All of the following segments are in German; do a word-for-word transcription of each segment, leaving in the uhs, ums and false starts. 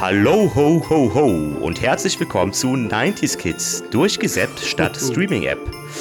Hallo, ho, ho, ho und herzlich willkommen zu neunziger Kids, durchgesäppt statt Streaming-App.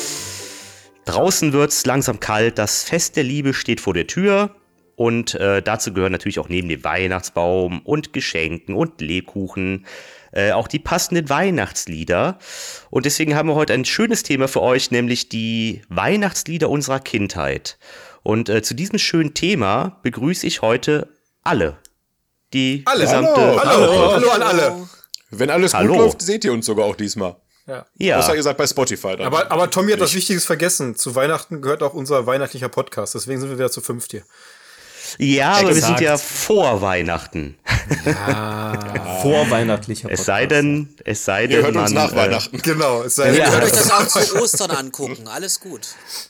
Draußen wird's langsam kalt, das Fest der Liebe steht vor der Tür und äh, dazu gehören natürlich auch neben dem Weihnachtsbaum und Geschenken und Lebkuchen äh, auch die passenden Weihnachtslieder. Und deswegen haben wir heute ein schönes Thema für euch, nämlich die Weihnachtslieder unserer Kindheit. Und äh, zu diesem schönen Thema begrüße ich heute alle. Die alle. gesamte Hallo, hallo, Gruppe. hallo an alle. Wenn alles Hallo. gut läuft, seht ihr uns sogar auch diesmal. Ja. Ja. Außer ihr seid bei Spotify. Dann Aber, aber Tommy hat was Wichtiges vergessen. Zu Weihnachten gehört auch unser weihnachtlicher Podcast. Deswegen sind wir wieder zu fünft hier. Ja, aber wir Exakt. sind ja vor Weihnachten. Ja. Vorweihnachtlicher Podcast. Es sei denn, es sei Ihr denn, hört uns man, nach äh, Weihnachten. Genau. Es sei Ja. Ihr denn, könnt euch das auch zu Ostern angucken. Alles gut.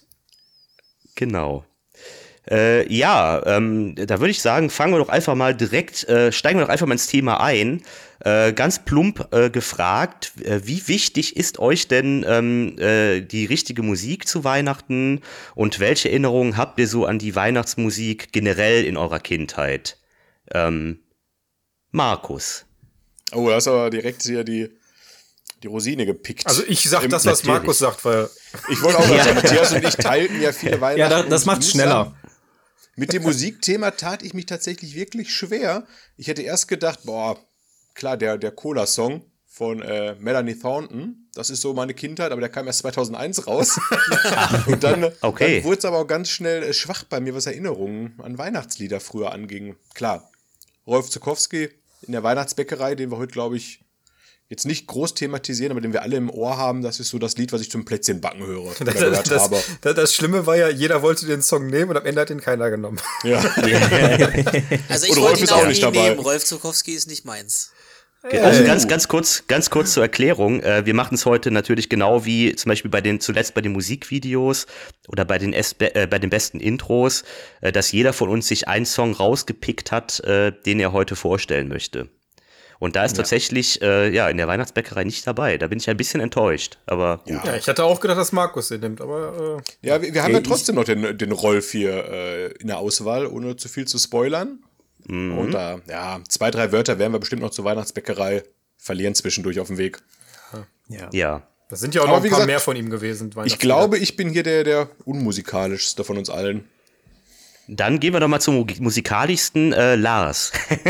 Genau. Äh, ja, ähm, da würde ich sagen, fangen wir doch einfach mal direkt, äh, steigen wir doch einfach mal ins Thema ein. Äh, ganz plump äh, gefragt, äh, wie wichtig ist euch denn ähm, äh, die richtige Musik zu Weihnachten und welche Erinnerungen habt ihr so an die Weihnachtsmusik generell in eurer Kindheit? Ähm, Markus. Oh, da hast du aber direkt hier die, die Rosine gepickt. also ich sag Im- das, was natürlich. Markus sagt, weil Ich wollte auch mal sagen, Matthias und ich teilten ja viele Weihnachten. Ja, da, das und macht's ich muss schneller. sagen, Mit dem Musikthema tat ich mich tatsächlich wirklich schwer. Ich hätte erst gedacht, boah, klar, der, der Cola-Song von äh, Melanie Thornton, das ist so meine Kindheit, aber der kam erst zweitausendeins raus. Und dann, Okay. dann wurde es aber auch ganz schnell äh, schwach bei mir, was Erinnerungen an Weihnachtslieder früher anging. Klar, Rolf Zuckowski in der Weihnachtsbäckerei, den wir heute, glaube ich, jetzt nicht groß thematisieren, aber den wir alle im Ohr haben, das ist so das Lied, was ich zum Plätzchenbacken höre. oder das, gehört das, habe. das, das Schlimme war ja, jeder wollte den Song nehmen und am Ende hat ihn keiner genommen. Ja. Also ich Und Rolf wollte ihn ist auch auch nie nicht dabei. nehmen. Rolf Zukowski ist nicht meins. Also ganz, ganz kurz, ganz kurz zur Erklärung. Äh, wir machen es heute natürlich genau wie zum Beispiel bei den, zuletzt bei den Musikvideos oder bei den, es, äh, bei den besten Intros, äh, dass jeder von uns sich einen Song rausgepickt hat, äh, den er heute vorstellen möchte. Und da ist tatsächlich, äh, ja, in der Weihnachtsbäckerei nicht dabei. Da bin ich ein bisschen enttäuscht, aber gut. Ja, ich hatte auch gedacht, dass Markus den nimmt, aber äh, Ja, wir, wir haben ja trotzdem noch den, den Rolf hier äh, in der Auswahl, ohne zu viel zu spoilern. Mhm. Und da, ja, zwei, drei Wörter werden wir bestimmt noch zur Weihnachtsbäckerei verlieren zwischendurch auf dem Weg. Ja. Ja. da sind ja auch Aber noch ein wie paar gesagt, mehr von ihm gewesen. Ich glaube, ich bin hier der, der unmusikalischste von uns allen. Dann gehen wir doch mal zum mu- musikalischsten, äh, Lars.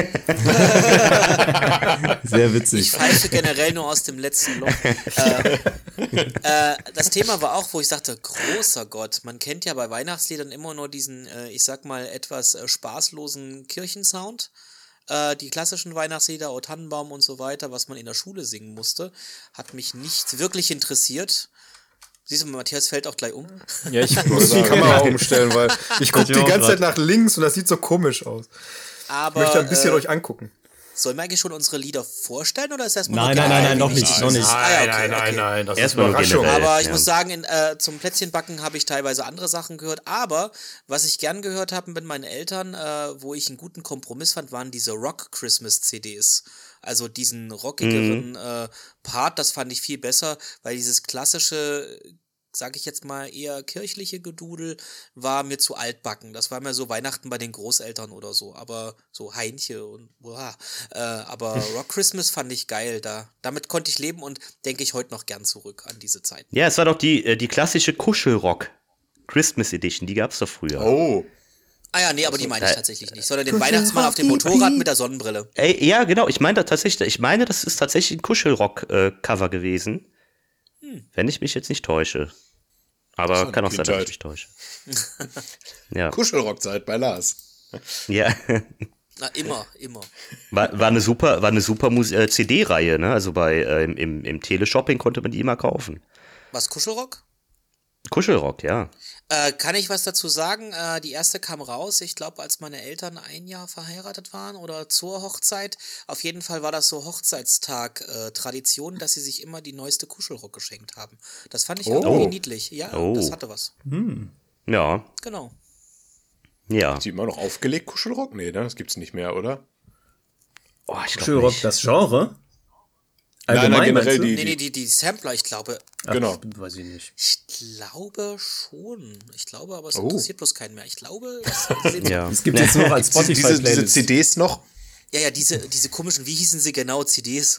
Sehr Ich witzig. pfeife generell nur aus dem letzten Loch. äh, äh, das Thema war auch, wo ich sagte, großer Gott, man kennt ja bei Weihnachtsliedern immer nur diesen, äh, ich sag mal, etwas äh, spaßlosen Kirchensound. Äh, die klassischen Weihnachtslieder, O Tannenbaum und so weiter, was man in der Schule singen musste, hat mich nicht wirklich interessiert. Siehst du, Matthias fällt auch gleich um. Ja, ich muss die Kamera umstellen, weil ich gucke Ich die auch ganze Zeit grad. nach links und das sieht so komisch aus. Ich Aber möchte ein bisschen äh, euch angucken. sollen wir eigentlich schon unsere Lieder vorstellen oder ist erstmal Nein, nur nein, nein, generell, nein, wie noch wichtig nicht, noch es nicht. ist? Ah, ja, okay, okay. nein, das Erstmal nur generell. Aber ich Ja. muss sagen, in, äh, zum Plätzchenbacken habe ich teilweise andere Sachen gehört. Aber was ich gern gehört habe mit meinen Eltern, äh, wo ich einen guten Kompromiss fand, waren diese Rock-Christmas-C Ds. Also diesen rockigeren Mhm. äh, Part, das fand ich viel besser, weil dieses klassische, sag ich jetzt mal, eher kirchliche Gedudel war mir zu altbacken. Das war mir so Weihnachten bei den Großeltern oder so. Aber so Heinche und boah. Äh, aber Rock Christmas fand ich geil. Da, damit konnte ich leben und denke ich heute noch gern zurück an diese Zeit. Ja, es war doch die, äh, die klassische Kuschelrock Christmas Edition, die gab's doch früher. Oh. Ah ja, nee, aber die meine ich äh, tatsächlich nicht, sondern den Weihnachtsmann auf dem Motorrad mit der Sonnenbrille. Ey, ja, genau, ich meine da tatsächlich, ich meine, das ist tatsächlich ein Kuschelrock-Cover gewesen. Wenn ich mich jetzt nicht täusche. Aber So, kann auch sein, dass Kindheit. ich mich täusche. Ja. Kuschelrockzeit bei Lars. Ja. Na, immer, immer. War, war eine super, war eine super Mus- äh, C D-Reihe, ne? Also bei äh, im, im, im Teleshopping konnte man die immer kaufen. Was, Kuschelrock? Kuschelrock, ja. Äh, kann ich was dazu sagen? Äh, die erste kam raus, ich glaube, als meine Eltern ein Jahr verheiratet waren oder zur Hochzeit. Auf jeden Fall war das so Hochzeitstag-Tradition, dass sie sich immer die neueste Kuschelrock geschenkt haben. Das fand ich Oh. irgendwie niedlich. Ja, Oh. das hatte was. Ja, Genau. ja. Ist die immer noch aufgelegt, Kuschelrock? Nee, ne? Das gibt's nicht mehr, oder? Oh, ich glaub Kuschelrock, nicht. das Genre? Nein, nein, Allgemein, generell meinst du? die- Nee, nee, die, die Sampler, ich glaube, Genau. Weiß ich nicht. ich glaube schon. Ich glaube, aber es Oh. interessiert bloß keinen mehr. Ich glaube, es sind Ja. Es gibt jetzt noch als Diese, diese Spotify-Playlist. C Ds noch? Ja, ja, diese, diese komischen, wie hießen sie genau, C Ds?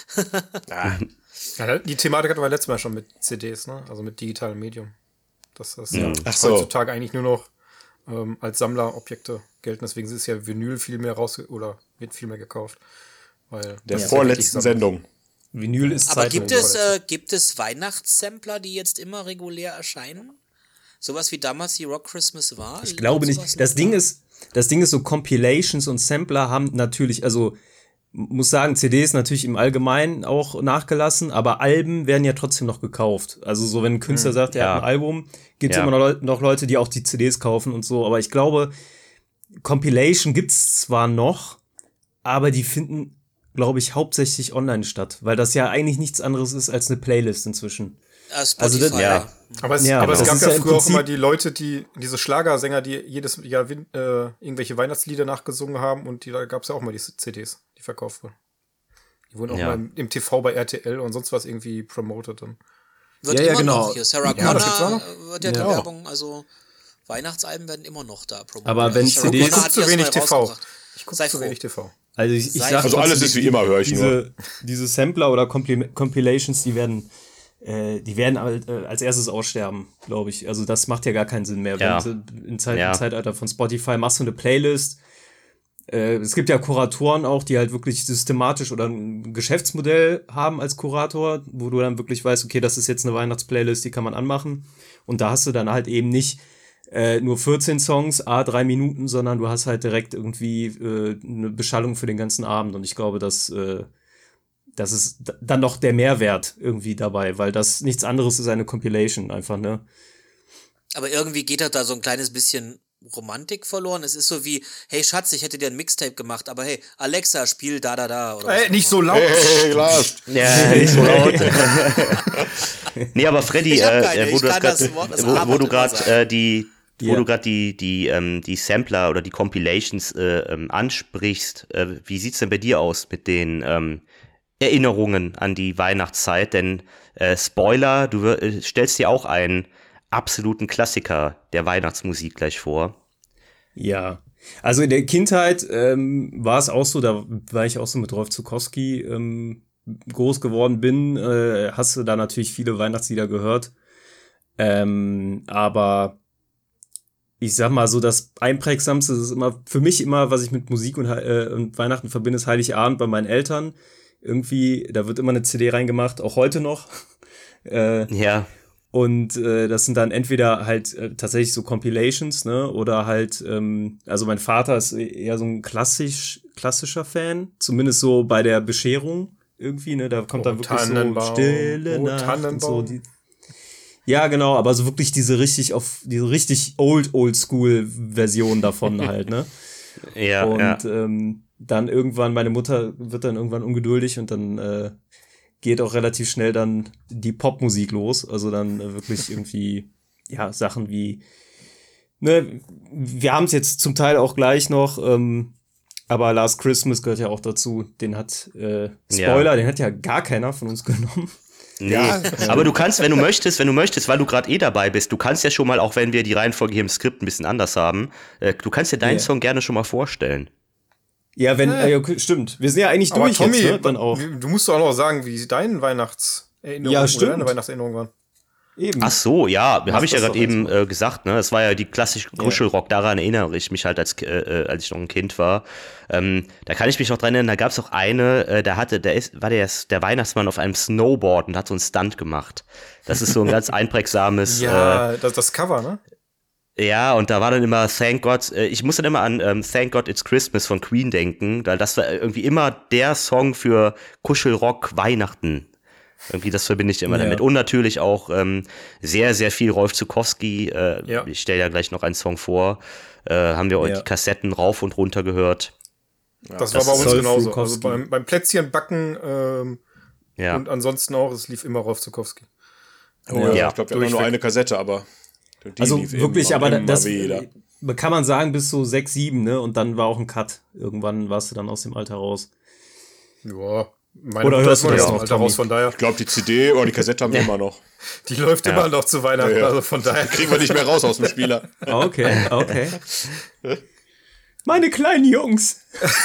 Ah, Ja, die Thematik hatten wir letztes Mal schon mit C Ds, ne? Also mit digitalem Medium. Dass das ja Ach so. heutzutage eigentlich nur noch ähm, als Sammlerobjekte gelten. Deswegen ist ja Vinyl viel mehr raus oder wird viel mehr gekauft. Weil der ja, vorletzten Sendung. Vinyl ist Aber Zeit. gibt es, äh, gibt es Weihnachtssampler, die jetzt immer regulär erscheinen? Sowas wie damals die Rock Christmas war? Ich glaube Sowas nicht. Das noch Ding da? ist, das Ding ist so, Compilations und Sampler haben natürlich, also muss sagen, C Ds natürlich im Allgemeinen auch nachgelassen, aber Alben werden ja trotzdem noch gekauft. Also so, wenn ein Künstler Mhm. sagt, er Ja. hat ein Album, gibt es Ja. immer noch, Leu- noch Leute, die auch die C Ds kaufen und so. Aber ich glaube, Compilation gibt's zwar noch, aber die finden, glaube ich, hauptsächlich online statt, weil das ja eigentlich nichts anderes ist als eine Playlist inzwischen. Ah, Spotify, Also das- ja. Aber es, Ja, aber genau. es gab Das ist ja ja im früher auch Prinzip- immer die Leute, die, diese Schlagersänger, die jedes Jahr Win- äh, irgendwelche Weihnachtslieder nachgesungen haben und die, da gab es ja auch mal die C Ds, die verkauft wurden. Die wurden auch Ja. mal im, im T V bei R T L und sonst was irgendwie promoted. Und Wird Ja, ja, immer genau. noch hier. Sarah Ja, das gibt's auch Connor noch. äh, wird ja, die Ja. Werbung, also Weihnachtsalben werden immer noch da promotet. Aber wenn Sarah C Ds ich Connor guck hat zu die erst wenig mal T V. rausgebracht. Ich gucke Sei zu froh. wenig T V. Also ich, ich Sei- sage Also alles ist wie immer, höre ich diese, diese Sampler oder Compil Compilations, die werden, äh, die werden halt, äh, als erstes aussterben, glaube ich. Also das macht ja gar keinen Sinn mehr. Ja. Wenn du im, Zeit, Ja. im Zeitalter von Spotify machst du eine Playlist. Äh, es gibt ja Kuratoren auch, die halt wirklich systematisch oder ein Geschäftsmodell haben als Kurator, wo du dann wirklich weißt, okay, das ist jetzt eine Weihnachtsplaylist, die kann man anmachen. Und da hast du dann halt eben nicht äh, nur vierzehn Songs, a drei Minuten, sondern du hast halt direkt irgendwie äh, eine Beschallung für den ganzen Abend. Und ich glaube, dass äh, das ist d- dann noch der Mehrwert irgendwie dabei, weil das nichts anderes ist eine Compilation einfach, ne? Aber irgendwie geht da so ein kleines bisschen Romantik verloren. Es ist so wie, hey Schatz, ich hätte dir ein Mixtape gemacht, aber hey, Alexa, spiel da, da, da. Oder was Ey, auch nicht immer. so laut. Hey, Lars. Ja, nicht so laut. Nee, aber Freddy, Ich hab äh, keine, äh, wo ich du das kann grad, das Wort- das wo, wo Armband du immer gerade sagen. äh, die wo Ja. du gerade die die ähm, die Sampler oder die Compilations äh, ähm, ansprichst, äh, wie sieht's denn bei dir aus mit den ähm, Erinnerungen an die Weihnachtszeit? Denn äh, Spoiler, du wir- äh, stellst dir auch einen absoluten Klassiker der Weihnachtsmusik gleich vor. Ja, also in der Kindheit ähm, war es auch so, da war ich auch so mit Rolf Zukowski ähm, groß geworden bin, äh, hast du da natürlich viele Weihnachtslieder gehört. Ähm, aber ich sag mal so, das Einprägsamste, das ist immer für mich immer, was ich mit Musik und, äh, und Weihnachten verbinde, ist Heiligabend bei meinen Eltern. Irgendwie, da wird immer eine C D reingemacht, auch heute noch. äh, Ja, Und äh, das sind dann entweder halt äh, tatsächlich so Compilations, ne, oder halt, ähm, also mein Vater ist eher so ein klassisch, klassischer Fan, zumindest so bei der Bescherung irgendwie, ne, da kommt Oh, dann wirklich so Tannenbaum, Stille oh, Nacht und so. Tannenbaum. Die, ja, genau, aber so wirklich diese richtig auf, diese richtig old, old school Version davon halt, ne. ja, Und ja. ähm, dann irgendwann, meine Mutter wird dann irgendwann ungeduldig und dann äh, geht auch relativ schnell dann die Popmusik los. Also dann äh, wirklich irgendwie, ja, Sachen wie, ne, wir haben es jetzt zum Teil auch gleich noch, ähm, aber Last Christmas gehört ja auch dazu. Den hat, äh, Spoiler, Ja. den hat ja gar keiner von uns genommen. Nee, aber du kannst, wenn du möchtest, wenn du möchtest, weil du gerade eh dabei bist, du kannst ja schon mal, auch wenn wir die Reihenfolge hier im Skript ein bisschen anders haben, äh, du kannst dir deinen Ja. Song gerne schon mal vorstellen. Ja, wenn, äh, okay, stimmt. Wir sind ja eigentlich Aber durch Tommy, jetzt, ne? Dann auch. du musst doch auch noch sagen, wie deine Weihnachtserinnerungen Ja, oder stimmt. deine Weihnachtserinnerungen waren. Eben. Ach so, ja, Mach habe ich ja das gerade doch eben erstmal. äh, gesagt, ne? Das war ja die klassische Kuschelrock, daran erinnere ich mich halt, als, äh, äh, als ich noch ein Kind war. Ähm, da kann ich mich noch dran erinnern, da gab es auch eine, äh, da hatte, der ist, war der, der Weihnachtsmann auf einem Snowboard und hat so einen Stunt gemacht. Das ist so ein ganz einprägsames, äh, Ja, das, das Cover, ne? ja, und da war dann immer Thank God, äh, ich muss dann immer an ähm, Thank God It's Christmas von Queen denken, weil das war irgendwie immer der Song für Kuschelrock Weihnachten. Irgendwie, das verbinde ich immer Ja. damit. Und natürlich auch ähm, sehr, sehr viel Rolf Zukowski. Äh, Ja. Ich stelle ja gleich noch einen Song vor. Äh, haben wir Ja. die Kassetten rauf und runter gehört. Das, das war bei uns soll genauso. Zukowski. Also beim, beim Plätzchen backen ähm, Ja. und ansonsten auch, es lief immer Rolf Zukowski. Oh, Ja. ja. Ich glaube, wir haben nur Durchweg. eine Kassette, aber die Also lief wirklich, immer, aber immer das wieder. äh, kann man sagen bis so sechs, sieben, ne? Und dann war auch ein Cut. Irgendwann warst du dann aus dem Alter raus. Ja, meine Oder Mutter hörst ist du noch das aus dem noch, Alter Tommy? raus, von daher. Ich glaube, die C D oder die Kassette haben wir immer noch. Die läuft Ja. immer noch zu Weihnachten, Ja, ja. also von daher. Kriegen wir nicht mehr raus aus dem Spieler. Okay, okay. Meine kleinen Jungs.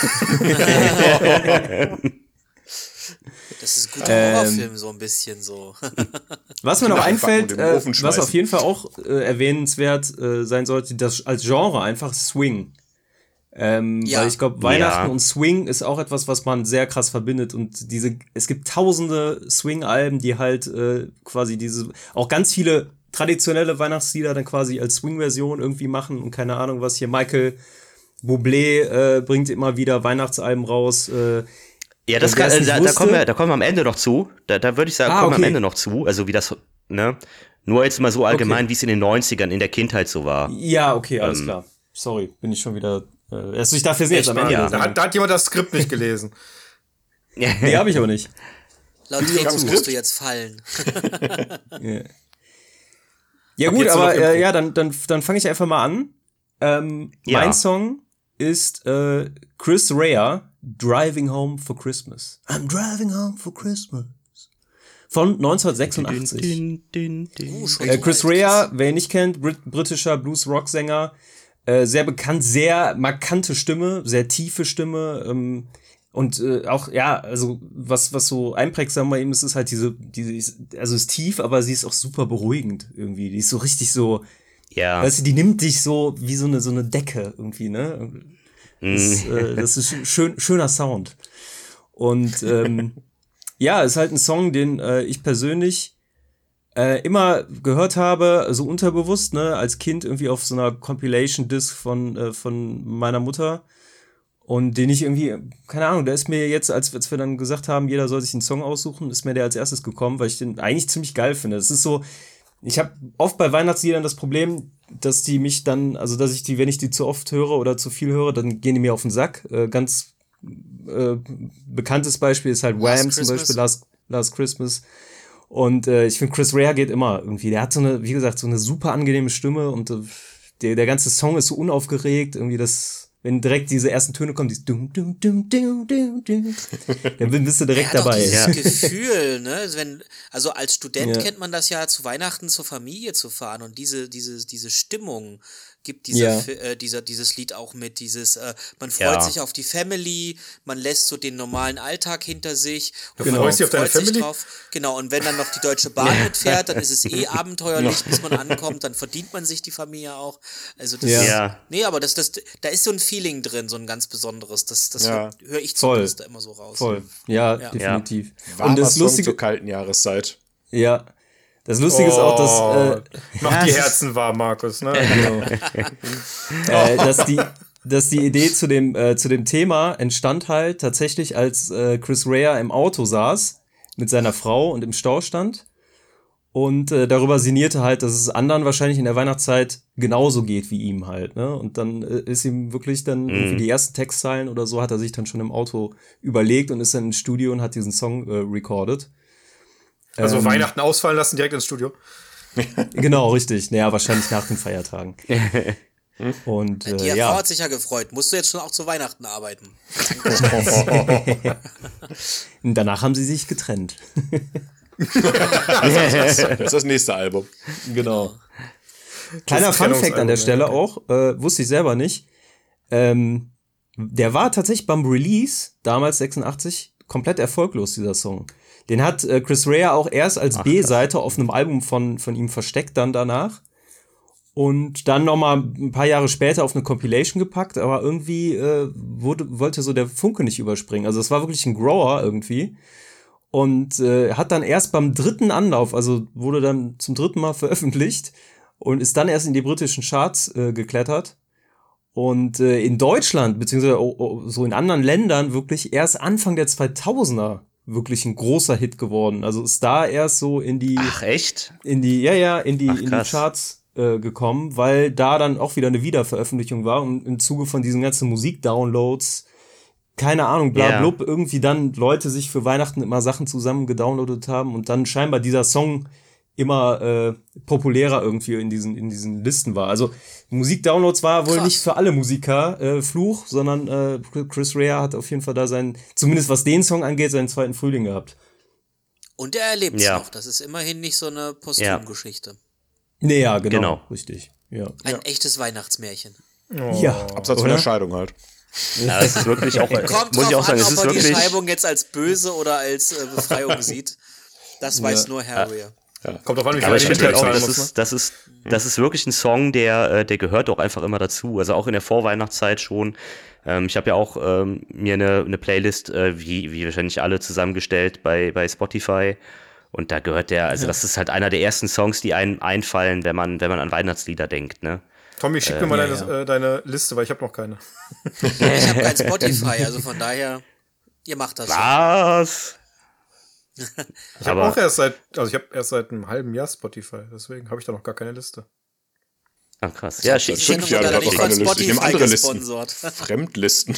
Das ist ein guter ähm, Horrorfilm, so ein bisschen so. Was mir noch einfällt, äh, was schmeißen. auf jeden Fall auch äh, erwähnenswert äh, sein sollte, das als Genre einfach Swing. Ähm, Ja. Weil ich glaube, Weihnachten Ja. und Swing ist auch etwas, was man sehr krass verbindet. Und diese, es gibt tausende Swing-Alben, die halt äh, quasi diese, auch ganz viele traditionelle Weihnachtslieder dann quasi als Swing-Version irgendwie machen. Und keine Ahnung, was hier Michael Bublé äh, bringt immer wieder Weihnachtsalben raus. Äh, Ja, das Wer kann, es äh, nicht da, da, wusste- kommen wir, da kommen wir am Ende noch zu. Da, da würde ich sagen, Ah, kommen wir am okay. Ende noch zu. Also wie das, ne? Nur jetzt mal so allgemein, Okay. wie es in den neunzigern in der Kindheit so war. Ja, okay, alles Ähm. klar. Sorry, bin ich schon wieder. Äh, also ich dachte, wir sind jetzt am Mal, Ende. ja. der da, Sendung. hat, da hat jemand das Skript nicht gelesen. Nee, habe ich aber nicht. Laut Drehbuch musst du jetzt fallen. Ja, ja Ab gut, jetzt nur aber noch Impro. äh, ja, dann, dann, dann fange ich einfach mal an. Ähm, Ja. Mein Song ist äh, Chris Rea, Driving Home for Christmas. I'm driving home for Christmas. Von neunzehnhundertsechsundachtzig. Din, din, din. Uh, schon Äh, so Chris alt. Rea, wer ihn nicht kennt, Brit britischer Blues-Rock-Sänger, äh, sehr bekannt, sehr markante Stimme, sehr tiefe Stimme, ähm, und äh, auch, ja, also was was so einprägsam bei ihm ist, ist halt diese, diese, also ist tief, aber sie ist auch super beruhigend irgendwie. Die ist so richtig so, Ja. weißt du, die nimmt dich so wie so eine so eine Decke irgendwie, ne? Das, äh, das ist schön, schöner Sound. Und ähm, ja, ist halt ein Song, den äh, ich persönlich äh, immer gehört habe, so unterbewusst, ne, als Kind irgendwie auf so einer Compilation-Disc von, äh, von meiner Mutter. Und den ich irgendwie, keine Ahnung, der ist mir jetzt, als, als wir dann gesagt haben, jeder soll sich einen Song aussuchen, ist mir der als erstes gekommen, weil ich den eigentlich ziemlich geil finde. Es ist so, ich habe oft bei Weihnachtsliedern das Problem, dass die mich dann, also dass ich die, wenn ich die zu oft höre oder zu viel höre, dann gehen die mir auf den Sack. Äh, ganz äh, bekanntes Beispiel ist halt Wham zum Christmas. Beispiel, Last, Last Christmas. Und äh, ich finde, Chris Rea geht immer irgendwie. Der hat so eine, wie gesagt, so eine super angenehme Stimme und äh, der, der ganze Song ist so unaufgeregt. Irgendwie das, wenn direkt diese ersten Töne kommen, dieses dum, dum, dum, dum, dum, dum, dann bist du direkt Er hat auch dabei. dieses Ja. Gefühl, ne? Wenn, also als Student Ja. kennt man das ja, zu Weihnachten zur Familie zu fahren und diese, diese, diese Stimmung gibt diese, Ja. Fi- äh, dieser, dieses Lied auch mit, dieses, äh, man freut Ja. sich auf die Family, man lässt so den normalen Alltag hinter sich. Du und man freust dich auf deine freut sich Family? Drauf. Genau, und wenn dann noch die Deutsche Bahn mitfährt, dann ist es eh abenteuerlich, bis man ankommt, dann verdient man sich die Familie auch. Also das Ja. ist, Ja. nee, aber das, das, da ist so ein Feeling drin, so ein ganz besonderes, das, das Ja. höre hör ich Voll. zumindest da immer so raus. Voll. Ja, Ja. definitiv. Warmer Und das Song Lustige, zur kalten Jahreszeit. ja, das Lustige ist auch, dass, äh, Mach Ja, die es ist- Herzen warm, Markus, ne? genau, äh, dass die, dass die Idee zu dem, äh, zu dem Thema entstand halt tatsächlich, als äh, Chris Rea im Auto saß mit seiner Frau und im Stau stand und äh, darüber sinnierte halt, dass es anderen wahrscheinlich in der Weihnachtszeit genauso geht wie ihm halt, ne? Und dann äh, ist ihm wirklich dann irgendwie die ersten Textzeilen oder so hat er sich dann schon im Auto überlegt und ist dann ins Studio und hat diesen Song äh, recorded. Also Ähm, Weihnachten ausfallen lassen, direkt ins Studio. Genau, richtig. Naja, wahrscheinlich nach den Feiertagen. Und Die äh, Frau ja, hat sich ja gefreut. Musst du jetzt schon auch zu Weihnachten arbeiten? und danach haben sie sich getrennt. Das ist das nächste Album. Genau. Kleiner Das Fun Fact an der Trennungsalbum, Stelle ja, auch, äh, wusste ich selber nicht. Ähm, der war tatsächlich beim Release, damals sechsundachtzig, komplett erfolglos, dieser Song. Den hat äh, Chris Rea auch erst als B-Seite auf einem Album von, von ihm versteckt, dann danach. Und dann nochmal ein paar Jahre später auf eine Compilation gepackt, aber irgendwie äh, wurde, wollte so der Funke nicht überspringen. Also es war wirklich ein Grower irgendwie. Und äh, hat dann erst beim dritten Anlauf, also wurde dann zum dritten Mal veröffentlicht und ist dann erst in die britischen Charts äh, geklettert. Und äh, in Deutschland, beziehungsweise oh, oh, so in anderen Ländern wirklich erst Anfang der zweitausender wirklich ein großer Hit geworden. Also ist da erst so in die, Ach, echt? in die, ja, ja, in die, Ach, in die krass. Charts äh, gekommen, weil da dann auch wieder eine Wiederveröffentlichung war und im Zuge von diesen ganzen Musikdownloads, keine Ahnung, bla Ja. blub, irgendwie dann Leute sich für Weihnachten immer Sachen zusammen gedownloadet haben und dann scheinbar dieser Song immer äh, populärer irgendwie in diesen in diesen Listen war. Also Musikdownloads war wohl Krass. nicht für alle Musiker äh, Fluch, sondern äh, Chris Rea hat auf jeden Fall da seinen, zumindest was den Song angeht, seinen zweiten Frühling gehabt. Und er erlebt es Ja. noch. Das ist immerhin nicht so eine Posthumgeschichte. Nee, ja, genau, Genau. richtig. Ja. Ein echtes Weihnachtsmärchen. Oh. Ja. Absatz von oder? der Scheidung halt. Ja, das ist wirklich auch, Kommt muss ich drauf auch sagen, an, es ob ist er die wirklich, Scheibung jetzt als böse oder als äh, Befreiung sieht. Das weiß nur Harry. Kommt drauf an, wie viel aber ich man finde halt auch, zahlen das muss, ist, das ist, das ist wirklich ein Song, der, äh, der gehört auch einfach immer dazu. Also auch in der Vorweihnachtszeit schon. Ähm, ich habe ja auch ähm, mir eine, eine Playlist, äh, wie, wie wahrscheinlich alle zusammengestellt bei, bei Spotify. Und da gehört der, also das ist halt einer der ersten Songs, die einem einfallen, wenn man, wenn man an Weihnachtslieder denkt, ne? Tommy, schick mir mal ja, deine, ja. Äh, deine Liste, weil ich habe noch keine. Ich habe kein Spotify, also von daher, ihr macht das schon. Was? Ich habe Aber- auch erst seit, also ich habe erst seit einem halben Jahr Spotify, deswegen habe ich da noch gar keine Liste. Ah, krass. Ja, schick, Die schick, Sendung ja, wird leider ich nicht hab von auch keine Liste. Ich nehme Spotify andere Listen. gesponsert. Fremdlisten.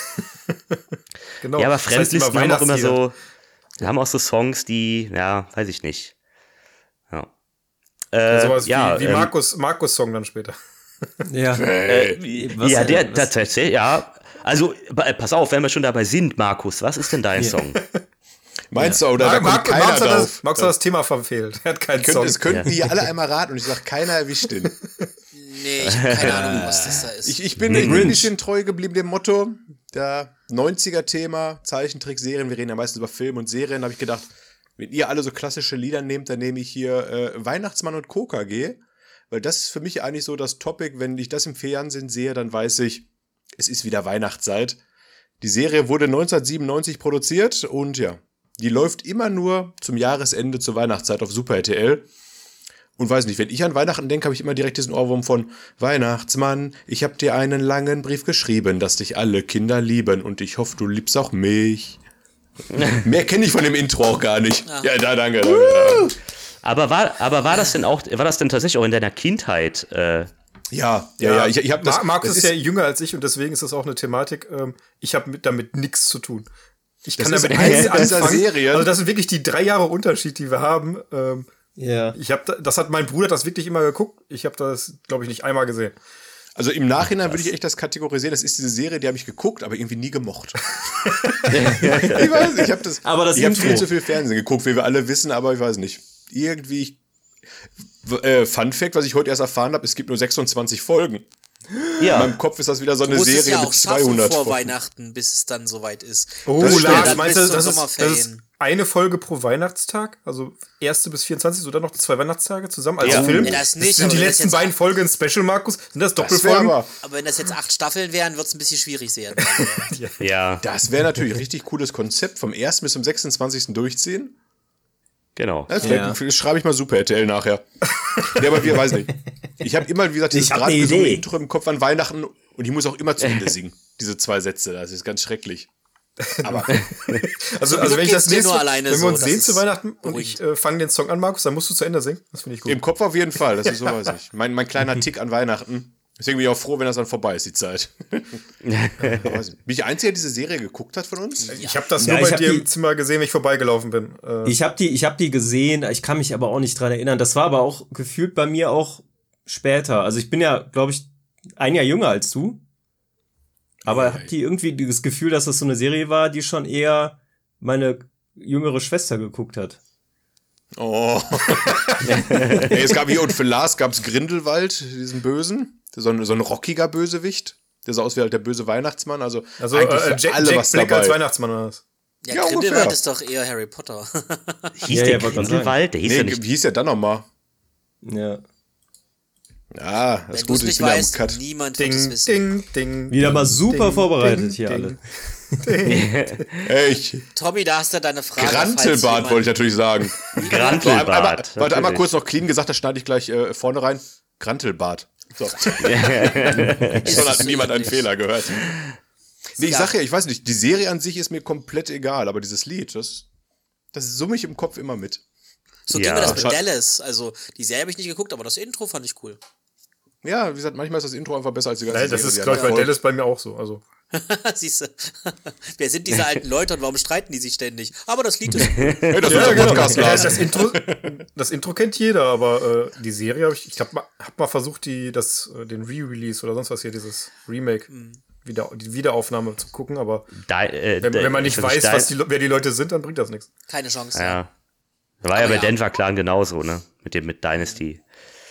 Genau. Ja, aber Das heißt Fremdlisten haben auch immer Weihnachtslieder. so, haben auch so Songs, die, ja, weiß ich nicht. Ja. Äh, Sowas ja, wie, wie ähm, Markus, Markus Song dann später. Ja. Äh, Was ja, denn? der Was- tatsächlich, ja. Also, pa- pass auf, wenn wir schon dabei sind, Markus, was ist denn dein Ja. Song? Meinst du, oder da kommt Marc- keiner Marx hat, drauf? das, Marx hat das Thema verfehlt. Er hat keinen Könnt, Song. es könnten Ja. die alle einmal raten und ich sag, keiner erwischt den. Nee, ich habe keine Ahnung, was das da ist. Ich, ich bin The irgendwie ein Grinch. bisschen treu geblieben dem Motto, der neunziger-Thema, Zeichentrickserien, wir reden ja meistens über Film und Serien, habe ich gedacht, wenn ihr alle so klassische Lieder nehmt, dann nehme ich hier äh, Weihnachtsmann und K K G, weil das ist für mich eigentlich so das Topic, wenn ich das im Fernsehen sehe, dann weiß ich, es ist wieder Weihnachtszeit. Die Serie wurde neunzehnhundertsiebenundneunzig produziert und ja, die läuft immer nur zum Jahresende zur Weihnachtszeit auf Super R T L. Und weiß nicht, wenn ich an Weihnachten denke, habe ich immer direkt diesen Ohrwurm von Weihnachtsmann, ich habe dir einen langen Brief geschrieben, dass dich alle Kinder lieben und ich hoffe, du liebst auch mich. Mehr kenne ich von dem Intro auch gar nicht. Ah. Ja, da, danke. danke. Aber war, aber war das denn auch, war das denn tatsächlich auch in deiner Kindheit? Äh, Ja, ja, ja, ich, ich habe das. Mar- Markus das ist ja jünger als ich und deswegen ist das auch eine Thematik. Ähm, ich habe mit, damit nichts zu tun. Ich kann Das ist damit eine nichts dieser anfangen. Serien. Also das sind wirklich die drei Jahre Unterschied, die wir haben. Ähm, Ja. ich habe, das hat mein Bruder das wirklich immer geguckt. Ich habe das, glaube ich, nicht einmal gesehen. Also im Nachhinein würde ich echt das kategorisieren. Das ist diese Serie, die habe ich geguckt, aber irgendwie nie gemocht. ich weiß nicht, ich habe das. Aber das ich habe Intro. viel zu viel Fernsehen geguckt, wie wir alle wissen, aber ich weiß nicht. Irgendwie. Ich, äh, Fun Fact, was ich heute erst erfahren habe: Es gibt nur sechsundzwanzig Folgen. In ja, meinem Kopf ist das wieder so eine Du musst es Serie ja mit auch schaffen zweihundert vor Folgen. Weihnachten, bis es dann soweit ist. Oh, Das stimmt. Lars, Dann meinst bis du, zur das ist, das ist Sommerferien. eine Folge pro Weihnachtstag? Also erste bis vierundzwanzig, oder noch zwei Weihnachtstage zusammen als Ja. Film? Nee, das nicht, sind aber die wenn das letzten jetzt- beiden Folgen ein Special, Markus? Sind das Das wäre Doppelfolgen? aber. Aber wenn das jetzt acht Staffeln wären, wird es ein bisschen schwierig werden. ja, Das wäre natürlich ein richtig cooles Konzept. Vom ersten bis zum sechsundzwanzigsten durchziehen. genau. Das, Ja. das schreibe ich mal Super R T L nachher. Nee, aber wir weiß nicht. Ich habe immer, wie gesagt, dieses Ich hab gerade ne gesungene Idee. Intro im Kopf an Weihnachten und ich muss auch immer zu Ende singen. Diese zwei Sätze, das ist ganz schrecklich. Aber Also, Zum also Glück wenn ich das geht's dir nächste nur Mal, alleine wenn wir so, uns das sehen ist zu Weihnachten und beruhigend. ich äh, fange den Song an, Markus, dann musst du zu Ende singen. Das finde ich gut. im Kopf auf jeden Fall, das ist so, weiß ich. Mein, mein kleiner Tick an Weihnachten. Deswegen bin ich auch froh, wenn das dann vorbei ist, die Zeit. Aber weiß nicht. Bin ich der Einzige, der diese Serie geguckt hat von uns? Ich habe das Ja, nur ich bei hab dir die- im Zimmer gesehen, wenn ich vorbeigelaufen bin. Äh, Ich habe die, ich habe die gesehen, ich kann mich aber auch nicht dran erinnern. Das war aber auch gefühlt bei mir auch später. Also ich bin ja, glaube ich, ein Jahr jünger als du. Aber hab die irgendwie das Gefühl, dass das so eine Serie war, die schon eher meine jüngere Schwester geguckt hat. Oh. Ey, es gab hier und für Lars gab es Grindelwald, diesen Bösen. So ein, so ein rockiger Bösewicht. Der sah aus wie halt der böse Weihnachtsmann. Also, also eigentlich äh, für Jack, alle Jack was Black dabei. als Weihnachtsmann oder was? Ja, Ja, Grindelwald ungefähr. ist doch eher Harry Potter. Hieß Ja, der ja, wollte grad Grindelwald? Der hieß Nee, ja nicht. wie hieß der dann nochmal? Ja. Ja, das Wenn ist du gut, es ich nicht bin ja am weißt, Cut. niemand wird es Ding, wissen. ding, ding. Wieder mal super ding, vorbereitet ding, hier ding, alle. ding. Ey, ich, Tommy, da hast du deine Frage. Grantelbart wollte ich natürlich sagen. So, einmal, einmal, Grantelbart. warte, einmal natürlich. kurz noch clean gesagt, das schneide ich gleich äh, vorne rein. Grantelbart. So. ich. Schon hat niemand einen Fehler gehört. Nee, ich Ja. sag ja, ich weiß nicht, die Serie an sich ist mir komplett egal, aber dieses Lied, das, das summe ich im Kopf immer mit. So Ja. ging mir das mit Scha- Dallas. Also, die Serie habe ich nicht geguckt, aber das Intro fand ich cool. Ja, wie gesagt, manchmal ist das Intro einfach besser als die ganze Nein, das Serie. ist, die glaube ich, bei einfach Dallas bei mir auch so. Also, Siehst du. Wer sind diese alten Leute und warum streiten die sich ständig? Aber das Lied ist cool. Hey, das ja, ist ein genau. Podcast, Ja, Lars. das, Intro, das Intro kennt jeder, aber äh, die Serie habe ich, ich habe mal, hab mal versucht, die, das, äh, den Re-Release oder sonst was hier, dieses Remake, wieder, die Wiederaufnahme zu gucken, aber Da, äh, wenn, da- wenn man nicht also weiß, da- was die, Le- wer die Leute sind, dann bringt das nichts. Keine Chance. Ja. War ja Aber bei ja. Denver Clan genauso, ne? Mit dem, mit Dynasty.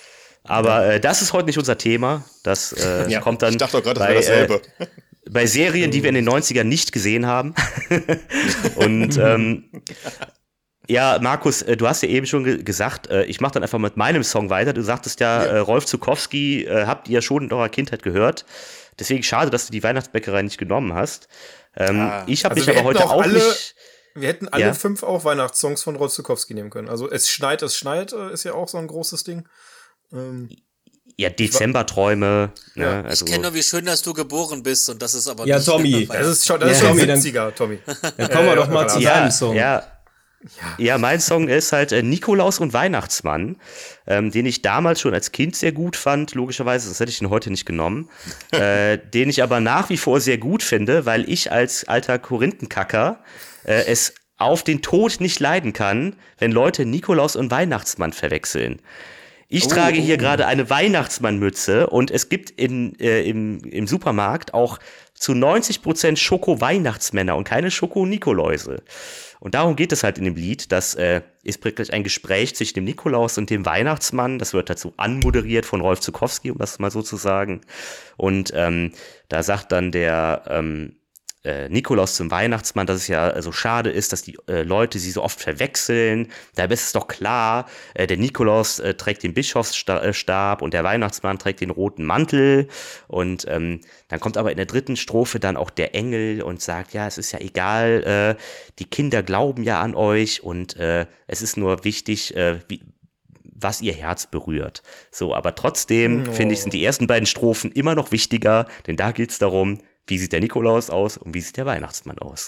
Aber äh, das ist heute nicht unser Thema. Das äh, Ja, kommt dann ich dachte doch gerade, das bei, wäre dasselbe. Äh, bei Serien, die wir in den neunzigern nicht gesehen haben. Und ähm, ja, Markus, äh, du hast ja eben schon ge- gesagt, äh, ich mache dann einfach mit meinem Song weiter. Du sagtest ja, Ja. Äh, Rolf Zukowski äh, habt ihr schon in eurer Kindheit gehört. Deswegen schade, dass du die Weihnachtsbäckerei nicht genommen hast. Ähm, Ah, ich habe also mich wir aber hätten heute auch auch alle- nicht... Wir hätten alle Ja. fünf auch Weihnachtssongs von Rolf Zukowski nehmen können. Also es schneit, es schneit, äh, ist ja auch so ein großes Ding. Ähm, Ja, Dezemberträume. Ne? Ja. Also, Ich kenne nur, wie schön, dass du geboren bist und das ist aber Ja, nicht. Tommy. das ist schon, das Ja, ist schon Tommy, dann- siebziger, Tommy. Dann kommen wir doch mal zu ja, deinem Song. Ja, ja, mein Song ist halt äh, Nikolaus und Weihnachtsmann, ähm, den ich damals schon als Kind sehr gut fand, logischerweise, das hätte ich ihn heute nicht genommen, äh, den ich aber nach wie vor sehr gut finde, weil ich als alter Korinthenkacker äh, es auf den Tod nicht leiden kann, wenn Leute Nikolaus und Weihnachtsmann verwechseln. Ich trage hier gerade eine Weihnachtsmannmütze und es gibt in, äh, im, im Supermarkt auch zu neunzig Prozent Schoko-Weihnachtsmänner und keine Schoko-Nikoläuse. Und darum geht es halt in dem Lied. Das äh, ist praktisch ein Gespräch zwischen dem Nikolaus und dem Weihnachtsmann. Das wird dazu anmoderiert von Rolf Zukowski, um das mal so zu sagen. Und ähm, da sagt dann der ähm, äh, Nikolaus zum Weihnachtsmann, dass es ja äh, so schade ist, dass die äh, Leute sie so oft verwechseln. Dabei ist es doch klar, äh, der Nikolaus äh, trägt den Bischofsstab und der Weihnachtsmann trägt den roten Mantel. Und ähm, dann kommt aber in der dritten Strophe dann auch der Engel und sagt, ja, es ist ja egal, äh, die Kinder glauben ja an euch und äh, es ist nur wichtig, äh, wie, was ihr Herz berührt. So, aber trotzdem, Oh. finde ich, sind die ersten beiden Strophen immer noch wichtiger, denn da geht es darum, wie sieht der Nikolaus aus und wie sieht der Weihnachtsmann aus.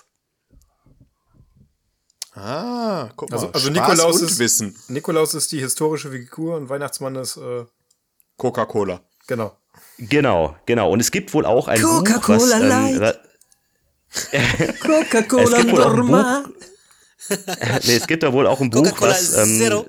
Ah, guck mal. Also, also Spaß Nikolaus, und ist, Wissen. Nikolaus ist die historische Figur und Weihnachtsmann ist, äh, Coca-Cola. genau. Genau, genau. Und es gibt wohl auch ein Buch, was... Coca-Cola Ähm, Light. wa- Coca-Cola Es gibt wohl auch ein normal. nee, es gibt da wohl auch ein Buch, Coca-Cola was... Ähm, Zero.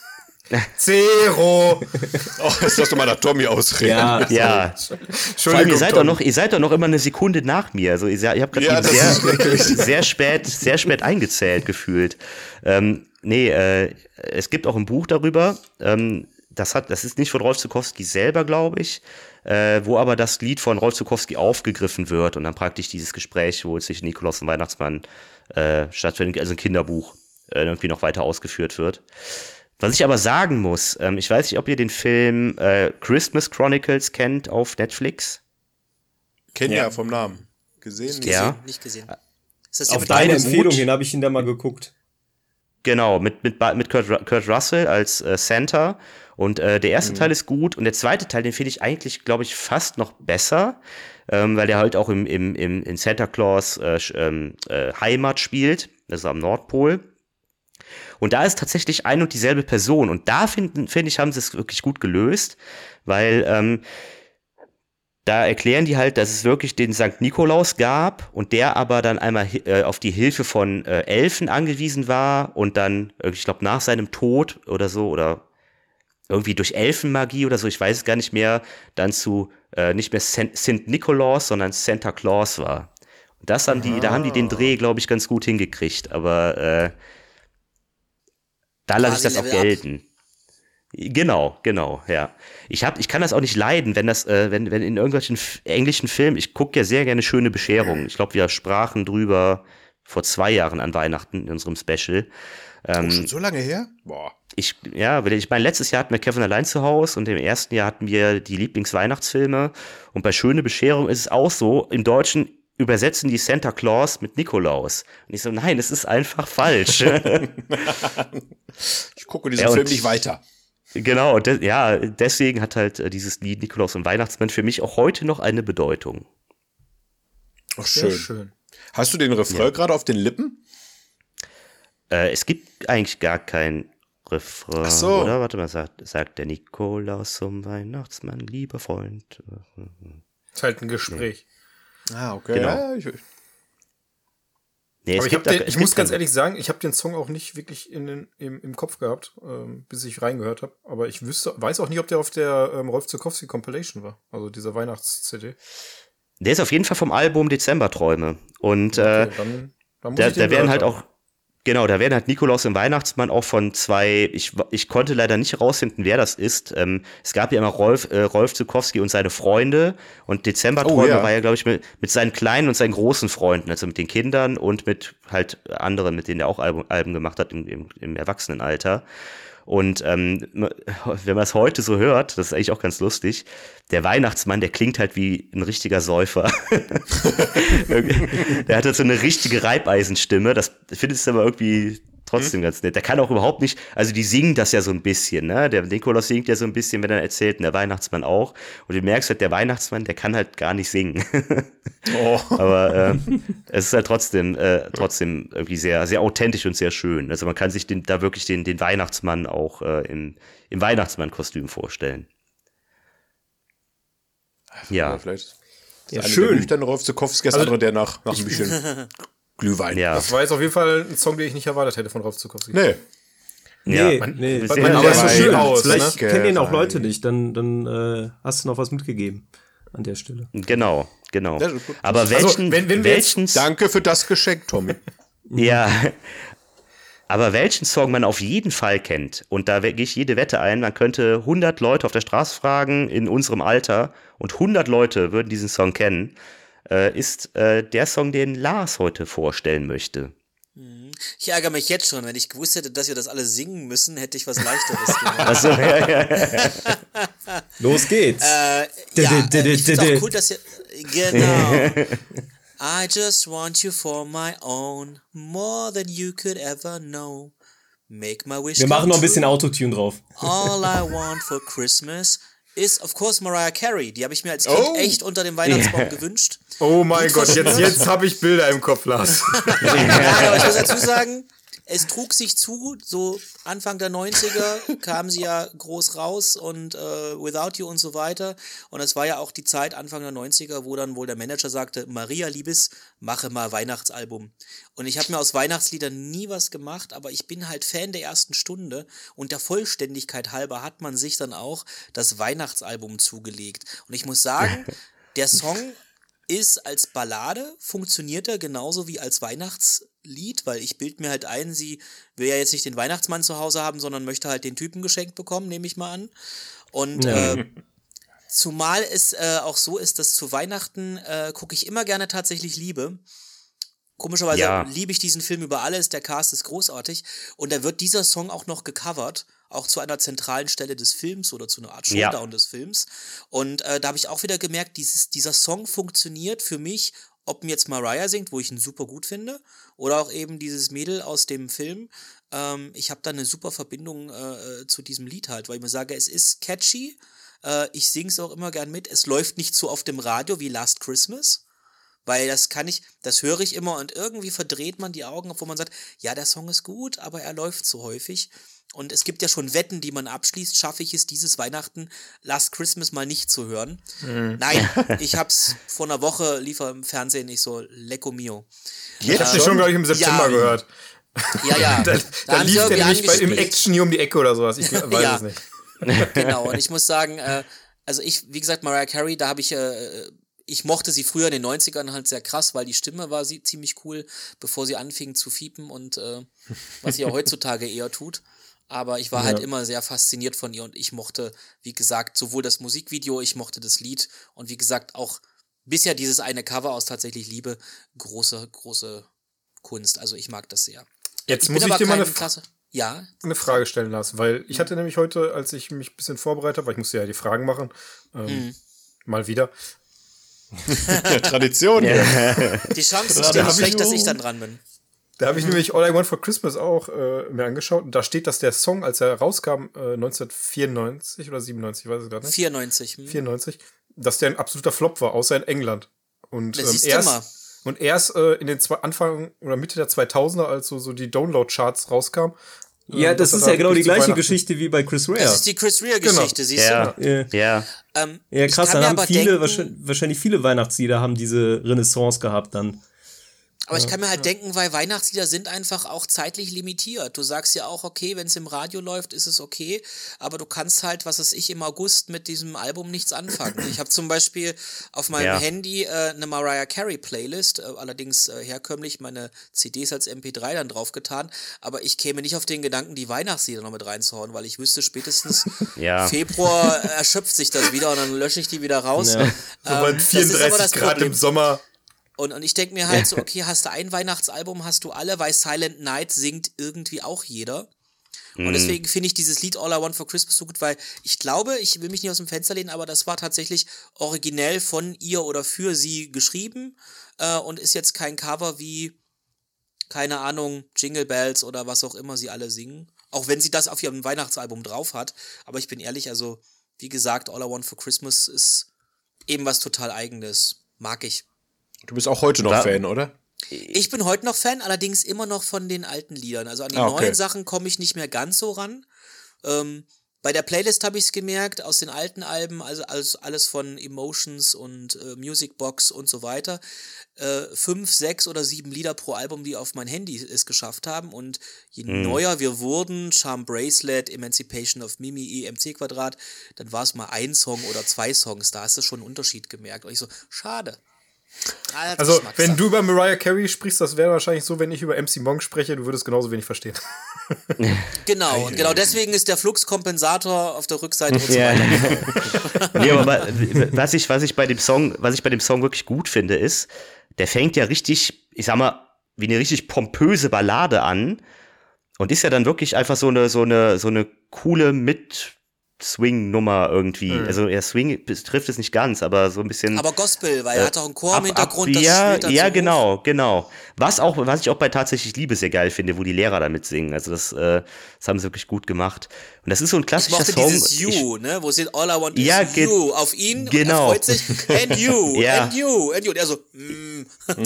Zero! Oh, jetzt lass doch mal der Tommy ausreden. Ja, ja, vor allem, Entschuldigung, ihr seid, doch Tommy. noch, ihr seid doch noch immer eine Sekunde nach mir. Also ihr, seid- ihr habt gerade Ja, eben das ist sehr, wirklich- sehr spät, sehr spät eingezählt gefühlt. Ähm, nee, äh, es gibt auch ein Buch darüber. Ähm, das hat, das ist nicht von Rolf Zukowski selber, glaube ich, äh, wo aber das Lied von Rolf Zukowski aufgegriffen wird und dann praktisch dieses Gespräch, wo es zwischen Nikolaus und Weihnachtsmann äh, stattfindet, also ein Kinderbuch, äh, irgendwie noch weiter ausgeführt wird. Was ich aber sagen muss, ähm, ich weiß nicht, ob ihr den Film äh, Christmas Chronicles kennt auf Netflix. Kenn ja. Ja. vom Namen. Gesehen? Nicht nicht. gesehen, Ja. nicht gesehen. Ist das der Auf mit deine Linus- Empfehlung hin habe ich ihn da mal geguckt. Genau, mit, mit, Ba- mit Kurt, Ru- Kurt Russell als äh, Santa. Und äh, der erste Teil ist gut und der zweite Teil, den finde ich eigentlich, glaube ich, fast noch besser, ähm, weil der halt auch im, im, im, in Santa Claus äh, sch- ähm, äh, Heimat spielt, also am Nordpol. Und da ist tatsächlich ein und dieselbe Person. Und da finde find ich, haben sie es wirklich gut gelöst, weil ähm, da erklären die halt, dass es wirklich den Sankt Nikolaus gab und der aber dann einmal hi- äh, auf die Hilfe von äh, Elfen angewiesen war und dann, äh, ich glaube, nach seinem Tod oder so oder irgendwie durch Elfenmagie oder so, ich weiß es gar nicht mehr, dann zu äh, nicht mehr Saint Saint Nikolaus, sondern Santa Claus war. Und das haben die, da haben die den Dreh, glaube ich, ganz gut hingekriegt, aber äh, da lasse ich Quasi das auch Level up. gelten. Genau, genau, ja. Ich hab, ich kann das auch nicht leiden, wenn das, äh, wenn, wenn in irgendwelchen f- englischen Filmen, ich gucke ja sehr gerne schöne Bescherungen. Ich glaube, wir sprachen drüber vor zwei Jahren an Weihnachten in unserem Special. Oh, schon so lange her? Boah. Ich, ja, weil ich meine, letztes Jahr hatten wir Kevin allein zu Hause und im ersten Jahr hatten wir die Lieblingsweihnachtsfilme. Und bei Schöne Bescherung ist es auch so, im Deutschen übersetzen die Santa Claus mit Nikolaus. Und ich so, nein, es ist einfach falsch. Ich gucke diesen Ja, und- Film nicht weiter. Genau, und de ja, deswegen hat halt äh, dieses Lied Nikolaus und Weihnachtsmann für mich auch heute noch eine Bedeutung. Ach, Sehr schön. schön. Hast du den Refrain gerade auf den Lippen? Äh, es gibt eigentlich gar kein Refrain, Ach so. oder? Warte mal, sagt, sagt der Nikolaus zum Weihnachtsmann, lieber Freund. Ist halt ein Gespräch. Ah, okay. Genau. Ja, ich, Nee, Aber ich, hab da- den, es ich gibt muss ganz kein- ehrlich sagen, ich habe den Song auch nicht wirklich in den, im, im Kopf gehabt, ähm, bis ich reingehört habe. Aber ich wüsste, weiß auch nicht, ob der auf der ähm, Rolf Zukowski Compilation war. Also dieser Weihnachts-C D. Der ist auf jeden Fall vom Album Dezemberträume. Und äh, Okay, dann, dann muss da, ich den da werden gehört halt haben. auch, Genau, da werden halt Nikolaus und Weihnachtsmann auch von zwei, ich, ich konnte leider nicht rausfinden, wer das ist. Ähm, es gab ja immer Rolf, äh, Rolf Zukowski und seine Freunde und Dezemberträume Oh, ja. war ja, glaube ich, mit, mit seinen kleinen und seinen großen Freunden, also mit den Kindern und mit halt anderen, mit denen er auch Alben, Alben gemacht hat im, im, im Erwachsenenalter. Und ähm, wenn man es heute so hört, das ist eigentlich auch ganz lustig, der Weihnachtsmann, der klingt halt wie ein richtiger Säufer. Der hat halt so eine richtige Reibeisenstimme, das findest du aber irgendwie trotzdem ganz nett. Der kann auch überhaupt nicht, also die singen das ja so ein bisschen, ne? Der Nikolaus singt ja so ein bisschen, wenn er erzählt, und der Weihnachtsmann auch. Und du merkst halt, der Weihnachtsmann, der kann halt gar nicht singen. Oh. Aber äh, es ist halt trotzdem, äh, trotzdem irgendwie sehr, sehr authentisch und sehr schön. Also man kann sich den, da wirklich den, den Weihnachtsmann auch äh, im, im Weihnachtsmann-Kostüm vorstellen. Ja. Vielleicht ist Ja, einer schön. der nüchterne Rolf Zukowski, das Also- andere der nach, nach ein bisschen Glühwein. Ja. Das war jetzt auf jeden Fall ein Song, den ich nicht erwartet hätte von Rolf Zukowski. Nee. Nee, Ja. nee. Man- man- Aber der ist so ist schön so aus, Vielleicht ne? kennen den auch Geil. Leute nicht, dann, dann äh, hast du noch was mitgegeben an der Stelle. Genau, genau. Ja, gut. Aber Also, welchen, wenn- wenn wir jetzt- welchen, Danke für das Geschenk, Tommy. ja, aber welchen Song man auf jeden Fall kennt, und da gehe ich jede Wette ein, man könnte hundert Leute auf der Straße fragen in unserem Alter und hundert Leute würden diesen Song kennen, äh, ist äh, der Song, den Lars heute vorstellen möchte. Ich ärgere mich jetzt schon, wenn ich gewusst hätte, dass wir das alle singen müssen, hätte ich was Leichteres gemacht. Also, ja, ja. Los geht's. Äh, Dä- ja, dä- äh, dä- ich finde dä- auch cool, dass ihr, genau. I just want you for my own, more than you could ever know. Make my wish Wir come machen noch ein bisschen true. Autotune drauf. All I want for Christmas is, of course, Mariah Carey. Die habe ich mir als Kind Oh. echt unter dem Weihnachtsbaum gewünscht. Oh mein Gut Gott, jetzt, funktioniert. jetzt habe ich Bilder im Kopf, Lars. Ja, aber ich muss dazu sagen, es trug sich zu, so Anfang der neunziger kam sie ja groß raus und äh, Without You und so weiter. Und es war ja auch die Zeit, Anfang der neunziger, wo dann wohl der Manager sagte, Maria, Liebes, mache mal Weihnachtsalbum. Und ich habe mir aus Weihnachtsliedern nie was gemacht, aber ich bin halt Fan der ersten Stunde und der Vollständigkeit halber hat man sich dann auch das Weihnachtsalbum zugelegt. Und ich muss sagen, der Song ist als Ballade, funktioniert er genauso wie als Weihnachtslied, weil ich bild mir halt ein, sie will ja jetzt nicht den Weihnachtsmann zu Hause haben, sondern möchte halt den Typen geschenkt bekommen, nehme ich mal an. Und Ja. äh, zumal es äh, auch so ist, dass zu Weihnachten äh, gucke ich immer gerne tatsächlich Liebe. Komischerweise Ja. liebe ich diesen Film über alles, der Cast ist großartig und da wird dieser Song auch noch gecovert, auch zu einer zentralen Stelle des Films oder zu einer Art Ja. Showdown des Films. Und äh, da habe ich auch wieder gemerkt, dieses, dieser Song funktioniert für mich, ob mir jetzt Mariah singt, wo ich ihn super gut finde, oder auch eben dieses Mädel aus dem Film. Ähm, ich habe da eine super Verbindung äh, zu diesem Lied halt, weil ich mir sage, es ist catchy, äh, ich singe es auch immer gern mit, es läuft nicht so auf dem Radio wie Last Christmas. Weil das kann ich, das höre ich immer und irgendwie verdreht man die Augen, obwohl man sagt, ja, der Song ist gut, aber er läuft so häufig. Und es gibt ja schon Wetten, die man abschließt, schaffe ich es dieses Weihnachten Last Christmas mal nicht zu hören. Mhm. Nein, ich hab's vor einer Woche, lief er im Fernsehen nicht so, Lecco Mio. Ich habe den schon, glaube ich, im September Ja. gehört. Ja, ja, Da, da da haben sie lief der irgendwie nämlich bei, im angespielt. Action hier um die Ecke oder sowas. Ich weiß Ja. es nicht. Genau, und ich muss sagen, äh, also ich, wie gesagt, Mariah Carey, da habe ich, äh, ich mochte sie früher in den neunzigern halt sehr krass, weil die Stimme war sie ziemlich cool, bevor sie anfing zu fiepen und äh, was sie ja heutzutage eher tut. Aber ich war halt Ja. immer sehr fasziniert von ihr und ich mochte, wie gesagt, sowohl das Musikvideo, ich mochte das Lied und wie gesagt auch bisher dieses eine Cover aus Tatsächlich Liebe, große, große Kunst. Also ich mag das sehr. Jetzt bin muss ich aber dir mal eine, kein F- klasse. Ja, eine Frage stellen lassen, weil ich hatte nämlich heute, als ich mich ein bisschen vorbereitet habe, weil ich musste ja die Fragen machen, ähm, Mhm. mal wieder. Tradition. die Chance da steht hab nicht ich- schlecht, dass ich dann dran bin. Da habe ich nämlich All I Want for Christmas auch äh, mir angeschaut und da steht, dass der Song, als er rauskam, äh, neunzehnhundertvierundneunzig oder siebenundneunzig, weiß ich gar nicht, vierundneunzig. Hm. vierundneunzig, dass der ein absoluter Flop war, außer in England. Und Das ähm, siehst du mal. erst, und erst äh, in den zwei, Anfang oder Mitte der zweitausender, als so, so die Download-Charts rauskamen. Ja, äh, das dass ist er ja genau die wirklich zu gleiche Weihnachten- Geschichte wie bei Chris Rea. Das ist die Chris Rea-Geschichte, siehst Ja, du? Ja. ja. Ähm, Ja, ich krass, kann dann mir haben aber viele, denken, wahrscheinlich, wahrscheinlich viele Weihnachtslieder haben diese Renaissance gehabt dann. Aber ich kann mir halt denken, weil Weihnachtslieder sind einfach auch zeitlich limitiert. Du sagst ja auch, okay, wenn es im Radio läuft, ist es okay, aber du kannst halt, was weiß ich, im August mit diesem Album nichts anfangen. Ich habe zum Beispiel auf meinem Ja. Handy äh, eine Mariah Carey Playlist, äh, allerdings äh, herkömmlich meine C Ds als M P drei dann draufgetan, aber ich käme nicht auf den Gedanken, die Weihnachtslieder noch mit reinzuhauen, weil ich wüsste, spätestens Ja. Februar erschöpft sich das wieder und dann lösche ich die wieder raus. Ja. Ähm, So bei das ist aber vierunddreißig das Grad Problem. im Sommer. Und, und ich denke mir halt so, okay, hast du ein Weihnachtsalbum, hast du alle, weil Silent Night singt irgendwie auch jeder. Und deswegen finde ich dieses Lied All I Want for Christmas so gut, weil ich glaube, ich will mich nicht aus dem Fenster lehnen, aber das war tatsächlich originell von ihr oder für sie geschrieben äh, und ist jetzt kein Cover wie, keine Ahnung, Jingle Bells oder was auch immer sie alle singen. Auch wenn sie das auf ihrem Weihnachtsalbum drauf hat. Aber ich bin ehrlich, also wie gesagt, All I Want for Christmas ist eben was total Eigenes. Mag ich. Du bist auch heute noch War- Fan, oder? Ich bin heute noch Fan, allerdings immer noch von den alten Liedern. Also an die Ah, okay. neuen Sachen komme ich nicht mehr ganz so ran. Ähm, bei der Playlist habe ich es gemerkt, aus den alten Alben, also alles, alles von Emotions und äh, Music Box und so weiter. Äh, fünf, sechs oder sieben Lieder pro Album, die auf mein Handy es geschafft haben. Und je neuer wir wurden, Charm Bracelet, Emancipation of Mimi, E M C Quadrat, dann war es mal ein Song oder zwei Songs. Da hast du schon einen Unterschied gemerkt. Und ich so, schade. Ah, Also, Geschmackssache. wenn du über Mariah Carey sprichst, das wäre wahrscheinlich so, wenn ich über M C Monk spreche, du würdest genauso wenig verstehen. Genau, und genau deswegen ist der Fluxkompensator auf der Rückseite und so Ja. weiter. Nee, aber wa- was ich, was ich bei dem Song, was ich bei dem Song wirklich gut finde, ist, der fängt ja richtig, ich sag mal, wie eine richtig pompöse Ballade an und ist ja dann wirklich einfach so eine, so eine, so eine coole Mit- Swing-Nummer irgendwie. Also ja, Swing trifft es nicht ganz, aber so ein bisschen. Aber Gospel, weil er hat auch einen Chor im ab- Hintergrund, ab, das ja, spielt dann ja, so hoch. genau, genau. Was auch, was ich auch bei Tatsächlich Liebe sehr geil finde, wo die Lehrer damit singen. Also das, äh, das haben sie wirklich gut gemacht. Und das ist so ein Ich klassischer mochte Song. dieses You, ne, wo steht All I Want Ja, is ge- You. Auf ihn, genau. er freut sich, and you, Ja. and you, and you. Und er so, mm.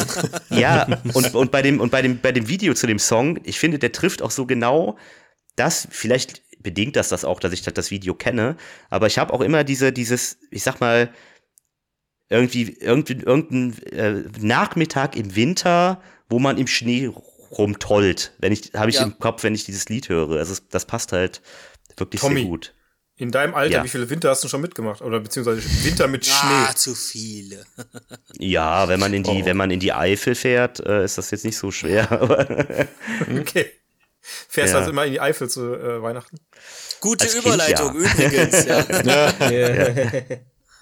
Ja, und, und bei dem, und bei dem, bei dem Video zu dem Song, ich finde, der trifft auch so genau das, vielleicht bedingt das das auch, dass ich das, das Video kenne, aber ich habe auch immer diese, dieses, ich sag mal, irgendwie, irgendwie irgendein äh, Nachmittag im Winter, wo man im Schnee rumtollt, wenn ich, habe ich Ja. im Kopf, wenn ich dieses Lied höre. Also es- das passt halt wirklich Tommy. sehr gut. In deinem Alter, Ja. wie viele Winter hast du schon mitgemacht? Oder beziehungsweise Winter mit Ah, Schnee? zu viele. Ja, wenn man in die, Oh. wenn man in die Eifel fährt, äh, ist das jetzt nicht so schwer. Aber Okay. Fährst Ja. also immer in die Eifel zu äh, Weihnachten? Gute Als Kind, Überleitung, ja. übrigens, ja. Ja.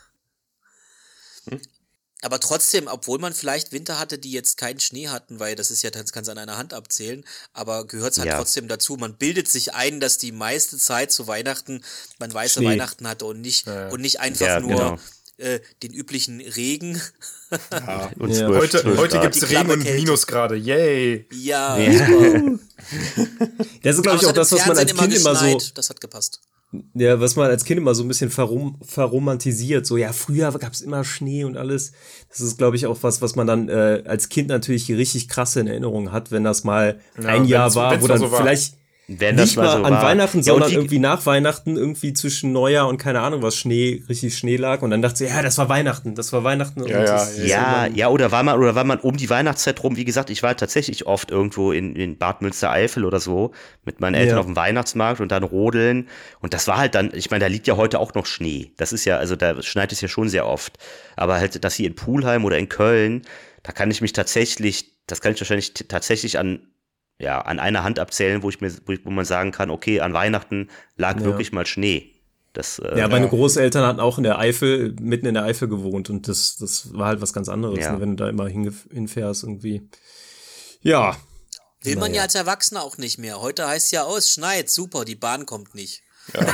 Aber trotzdem, obwohl man vielleicht Winter hatte, die jetzt keinen Schnee hatten, weil das ist ja, das kannst du an einer Hand abzählen, aber gehört es halt Ja. trotzdem dazu. Man bildet sich ein, dass die meiste Zeit zu Weihnachten man weiße Schnee. Weihnachten hatte und nicht, Ja. und nicht einfach Ja, nur genau. äh, den üblichen Regen. und Ja. zwölf, Heute, zwölf heute Grad. gibt es Die Regen und Klammerkälte. Minusgrade. Yay. Ja, Ja. super. Das ist, glaube ich, Aber auch das, es hat was im man als Fernsehen Kind immer so, geschneit, das hat gepasst. ja, was man als Kind immer so ein bisschen verrom verromantisiert. So, ja, früher gab es immer Schnee und alles. Das ist, glaube ich, auch was, was man dann äh, als Kind natürlich richtig krasse in Erinnerung hat, wenn das mal Ja, ein Jahr wenn's- war, wenn's wo noch dann so war. vielleicht Wenn das nicht mal mal so an war. Weihnachten, Ja, sondern und die- irgendwie nach Weihnachten, irgendwie zwischen Neujahr und keine Ahnung was, Schnee, richtig Schnee lag. Und dann dachte sie, ja, das war Weihnachten, das war Weihnachten. Ja, und ja, das, Ja, ja, oder war man, oder war man um die Weihnachtszeit rum, wie gesagt, ich war tatsächlich oft irgendwo in, in Bad Münstereifel oder so mit meinen Eltern Ja. auf dem Weihnachtsmarkt und dann rodeln. Und das war halt dann, ich meine, da liegt ja heute auch noch Schnee. Das ist ja, also da schneit es ja schon sehr oft. Aber halt, das hier in Pulheim oder in Köln, da kann ich mich tatsächlich, das kann ich wahrscheinlich t- tatsächlich an, ja, an einer Hand abzählen, wo ich mir, wo, ich, wo man sagen kann, okay, an Weihnachten lag Ja. wirklich mal Schnee. Das, äh, Ja, meine Großeltern hatten auch in der Eifel, mitten in der Eifel gewohnt und das, das war halt was ganz anderes, Ja. ne, wenn du da immer hingef- hinfährst irgendwie. Ja. Will man Naja. ja als Erwachsener auch nicht mehr. Heute heißt ja, oh, es schneit, super, die Bahn kommt nicht.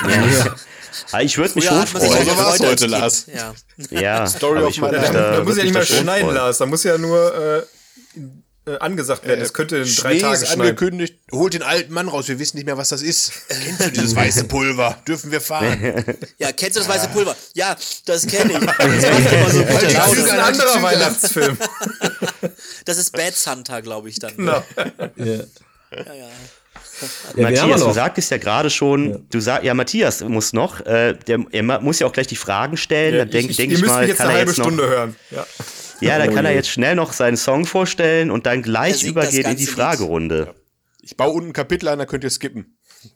Aber ich würde mich Früher schon hat man sich freuen. So halt war's gefreut als heute, Kind. Lars. Ja. Ja, Story aber of ich my würd life. mich Da, da muss ja nicht würd mal mich da schon schneien, freuen. Lars. Da muss ja nur äh, äh, angesagt werden. Es könnte in drei Schnee Tagen ist schneien. angekündigt. Holt den alten Mann raus, wir wissen nicht mehr, was das ist. Kennst du dieses weiße Pulver? Dürfen wir fahren? ja, kennst du das weiße Pulver? Ja, das kenne ich. Das macht immer so gute Halt die Das Züge ist Laune. ein an, die anderer Züge an. Weihnachtsfilm. Das ist Bad Santa, glaube ich dann. Genau. Ja. Ja, ja. Ja, wen haben wir Matthias, du noch? sagtest ja gerade schon, Ja. du sag, ja, Matthias muss noch, äh, der, er ma- muss ja auch gleich die Fragen stellen, dann denke ich, denk ihr ich müsst mal, mich jetzt kann eine er halbe jetzt noch, Stunde hören. Ja. Ja, dann Oh kann er je. jetzt schnell noch seinen Song vorstellen und dann Er gleich singt das übergehen in ganze die Lied. Fragerunde. Ich baue unten ein Kapitel an, da könnt ihr skippen.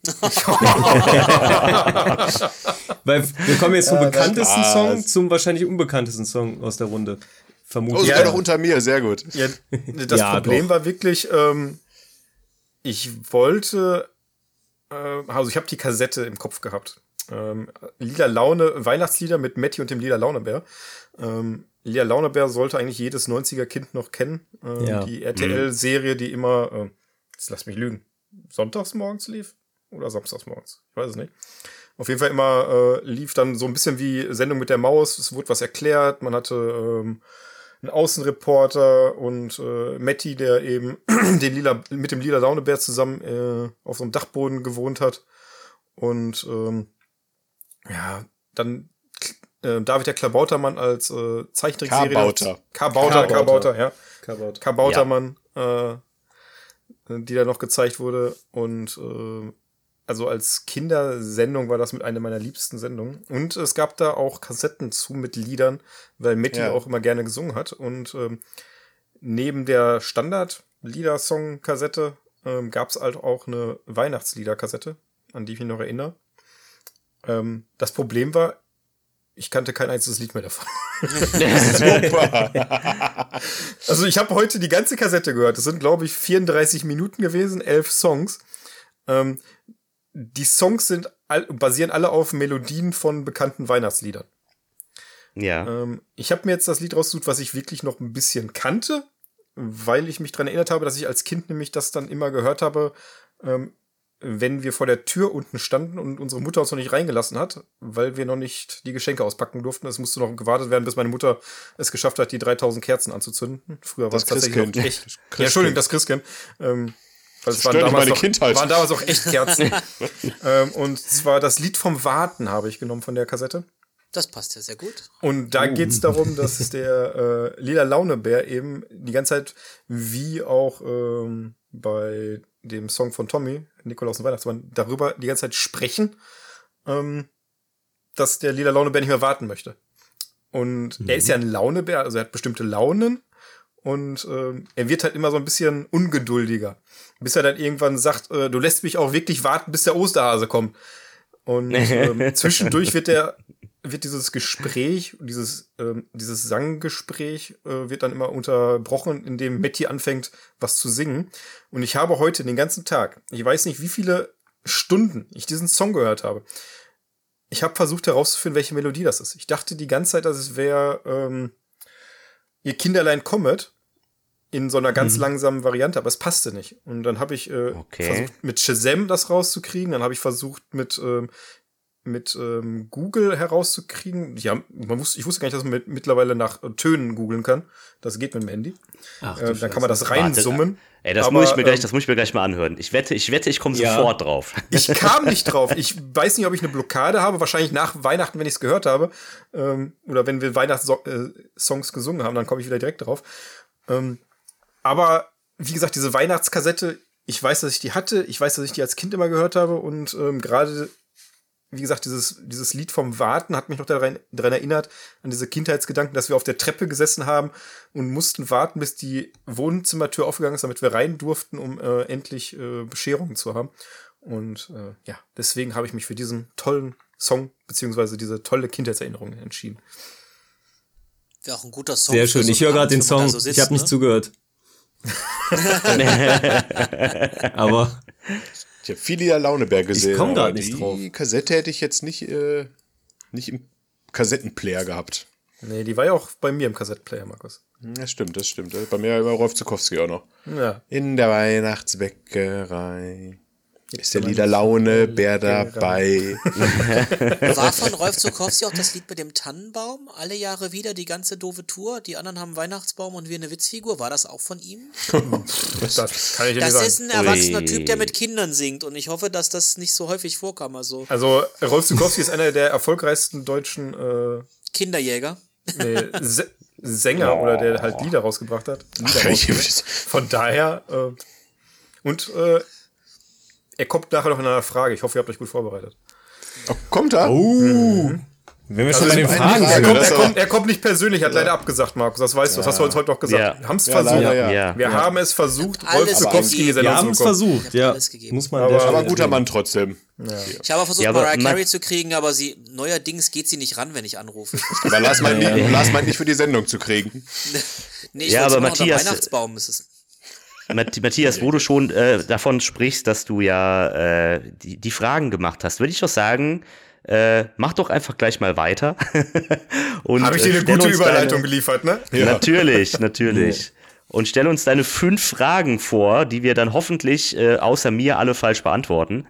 Weil wir kommen jetzt vom Ja, bekanntesten Spaß. Song zum wahrscheinlich unbekanntesten Song aus der Runde. Oh, Vermutlich. sogar noch unter mir, sehr gut. Ja, das Ja, Problem doch. war wirklich, ähm, ich wollte, äh, also ich habe die Kassette im Kopf gehabt. Ähm, Lila Laune, Weihnachtslieder mit Matti und dem Lila Launebär. Ähm, Lila Launebär sollte eigentlich jedes neunziger-Kind noch kennen. Ähm, Ja. Die R T L-Serie, die immer, äh, jetzt lass mich lügen, sonntags morgens lief? Oder samstags morgens? Ich weiß es nicht. Auf jeden Fall immer äh, lief dann so ein bisschen wie Sendung mit der Maus. Es wurde was erklärt. Man hatte ähm, einen Außenreporter und äh, Matti, der eben den Lila, mit dem Lila Launebär zusammen äh, auf so einem Dachboden gewohnt hat. Und ähm, ja, dann äh, David der Klabautermann als äh, Zeichentrickserie. K-Bauter. K-Bauter, K-Bauter. K-Bauter, ja. Kabot. Kabautermann, äh, die da noch gezeigt wurde. Und äh, also als Kindersendung war das mit einer meiner liebsten Sendungen. Und es gab da auch Kassetten zu mit Liedern, weil Matti Ja. auch immer gerne gesungen hat. Und ähm, neben der Standard-Lieder-Song-Kassette ähm, gab es halt auch eine Weihnachtslieder-Kassette, an die ich mich noch erinnere. Ähm, das Problem war, ich kannte kein einziges Lied mehr davon. Super. Also ich habe heute die ganze Kassette gehört. Das sind, glaube ich, vierunddreißig Minuten gewesen, elf Songs. Ähm, die Songs sind all, basieren alle auf Melodien von bekannten Weihnachtsliedern. Ja. Ähm, ich habe mir jetzt das Lied rausgesucht, was ich wirklich noch ein bisschen kannte, weil ich mich daran erinnert habe, dass ich als Kind nämlich das dann immer gehört habe, ähm, wenn wir vor der Tür unten standen und unsere Mutter uns noch nicht reingelassen hat, weil wir noch nicht die Geschenke auspacken durften. Es musste noch gewartet werden, bis meine Mutter es geschafft hat, die dreitausend Kerzen anzuzünden. Früher war Das es tatsächlich Christkind. noch echt. Das Ja, Entschuldigung, das Christkind. Ähm, weil es waren stört nicht damals, meine noch, Kindheit. waren damals auch echt Kerzen. ähm, und zwar das Lied vom Warten habe ich genommen von der Kassette. Das passt ja sehr gut. Und da geht's darum, dass der äh, Lila Launebär eben die ganze Zeit, wie auch ähm, bei dem Song von Tommy, Nikolaus und Weihnachtsmann, darüber die ganze Zeit sprechen, ähm, dass der Lila Launebär nicht mehr warten möchte. Und er ist ja ein Launebär, also er hat bestimmte Launen und ähm, er wird halt immer so ein bisschen ungeduldiger, bis er dann irgendwann sagt, äh, du lässt mich auch wirklich warten, bis der Osterhase kommt. Und ähm, zwischendurch wird der wird dieses Gespräch, dieses ähm, dieses Sanggespräch äh, wird dann immer unterbrochen, indem Matti anfängt, was zu singen. Und ich habe heute den ganzen Tag, ich weiß nicht, wie viele Stunden ich diesen Song gehört habe. Ich habe versucht herauszufinden, welche Melodie das ist. Ich dachte die ganze Zeit, dass es wäre ähm, Ihr Kinderlein kommet in so einer ganz langsamen Variante, aber es passte nicht. Und dann habe ich äh, Okay. versucht, mit Shazam das rauszukriegen. Dann habe ich versucht, mit ähm, mit ähm, Google herauszukriegen. Ja, man wusste, ich wusste gar nicht, dass man mit, mittlerweile nach äh, Tönen googeln kann. Das geht mit dem Handy. Ach, du Äh, dann kann man das Warte, reinsummen. Ey, das Aber, muss ich mir gleich, ähm, das muss ich mir gleich mal anhören. Ich wette, ich wette, ich komme Ja. sofort drauf. Ich kam nicht drauf. Ich weiß nicht, ob ich eine Blockade habe. Wahrscheinlich nach Weihnachten, wenn ich es gehört habe. Ähm, oder wenn wir Weihnachtssongs gesungen haben, dann komme ich wieder direkt drauf. Ähm, aber wie gesagt, diese Weihnachtskassette, ich weiß, dass ich die hatte. Ich weiß, dass ich die als Kind immer gehört habe. Und ähm, gerade, wie gesagt, dieses, dieses Lied vom Warten hat mich noch daran, daran erinnert, an diese Kindheitsgedanken, dass wir auf der Treppe gesessen haben und mussten warten, bis die Wohnzimmertür aufgegangen ist, damit wir rein durften, um äh, endlich äh, Bescherungen zu haben. Und äh, ja, deswegen habe ich mich für diesen tollen Song, beziehungsweise diese tolle Kindheitserinnerung entschieden. Wäre auch ein guter Song. Sehr für schön. so Ich höre einen gerade den Abend, wo man Song. da so sitzt, Ich habe nicht ne? zugehört. Aber Ich habe viel Lila Launebär gesehen. komm grad aber nicht die drauf. Kassette hätte ich jetzt nicht, äh, nicht im Kassettenplayer gehabt. Nee, die war ja auch bei mir im Kassettenplayer, Markus. Das stimmt, das stimmt. Bei mir über Rolf Zukowski auch noch. Ja. In der Weihnachtsbäckerei ist der Lila Launebär dabei. War von Rolf Zukowski auch das Lied mit dem Tannenbaum? Alle Jahre wieder die ganze doofe Tour. Die anderen haben einen Weihnachtsbaum und wir eine Witzfigur. War das auch von ihm? Das kann ich dir Das nicht ist sagen. ein erwachsener Ui. Typ, der mit Kindern singt. Und ich hoffe, dass das nicht so häufig vorkam. Also Also, Rolf Zukowski ist einer der erfolgreichsten deutschen äh, Kinderjäger. nee, S- Sänger oder der halt Lieder rausgebracht hat. Lieder rausgebracht. Von daher, äh, und äh, er kommt nachher noch in einer Frage. Ich hoffe, ihr habt euch gut vorbereitet. Oh, kommt er? Uh, Wenn wir Also schon bei den eine Fragen Frage, er, kommt, das er, ist kommt, er kommt nicht persönlich, hat leider abgesagt, Markus. Das weißt du, das hast du uns heute noch gesagt. Ja. Wir haben es Ja, versucht. leider, ja. Ja. Wir haben es versucht, alles Rolf Zukowski in die gegeben. Wir Sendung haben zu es bekommen. versucht, Ich hab ja. alles gegeben. Muss man Aber- an der Aber Stelle ein guter erwähnen. Mann trotzdem. Ich habe auch versucht, Ja, aber Mariah Ma- Carey zu kriegen, aber sie neuerdings geht sie nicht ran, wenn ich anrufe. Aber Lars meint nicht, Lars meint nicht für die Sendung zu kriegen. Nee, ich Ja, wollte aber immer noch unter Matthias- Weihnachtsbaum ist es. Matt- Matthias, wo du schon äh, davon sprichst, dass du ja äh, die, die Fragen gemacht hast, würde ich doch sagen, äh, mach doch einfach gleich mal weiter. Und, Habe ich äh, dir eine stell gute uns Überleitung geliefert, ne? Deine, Natürlich, natürlich. Und stell uns deine fünf Fragen vor, die wir dann hoffentlich äh, außer mir alle falsch beantworten.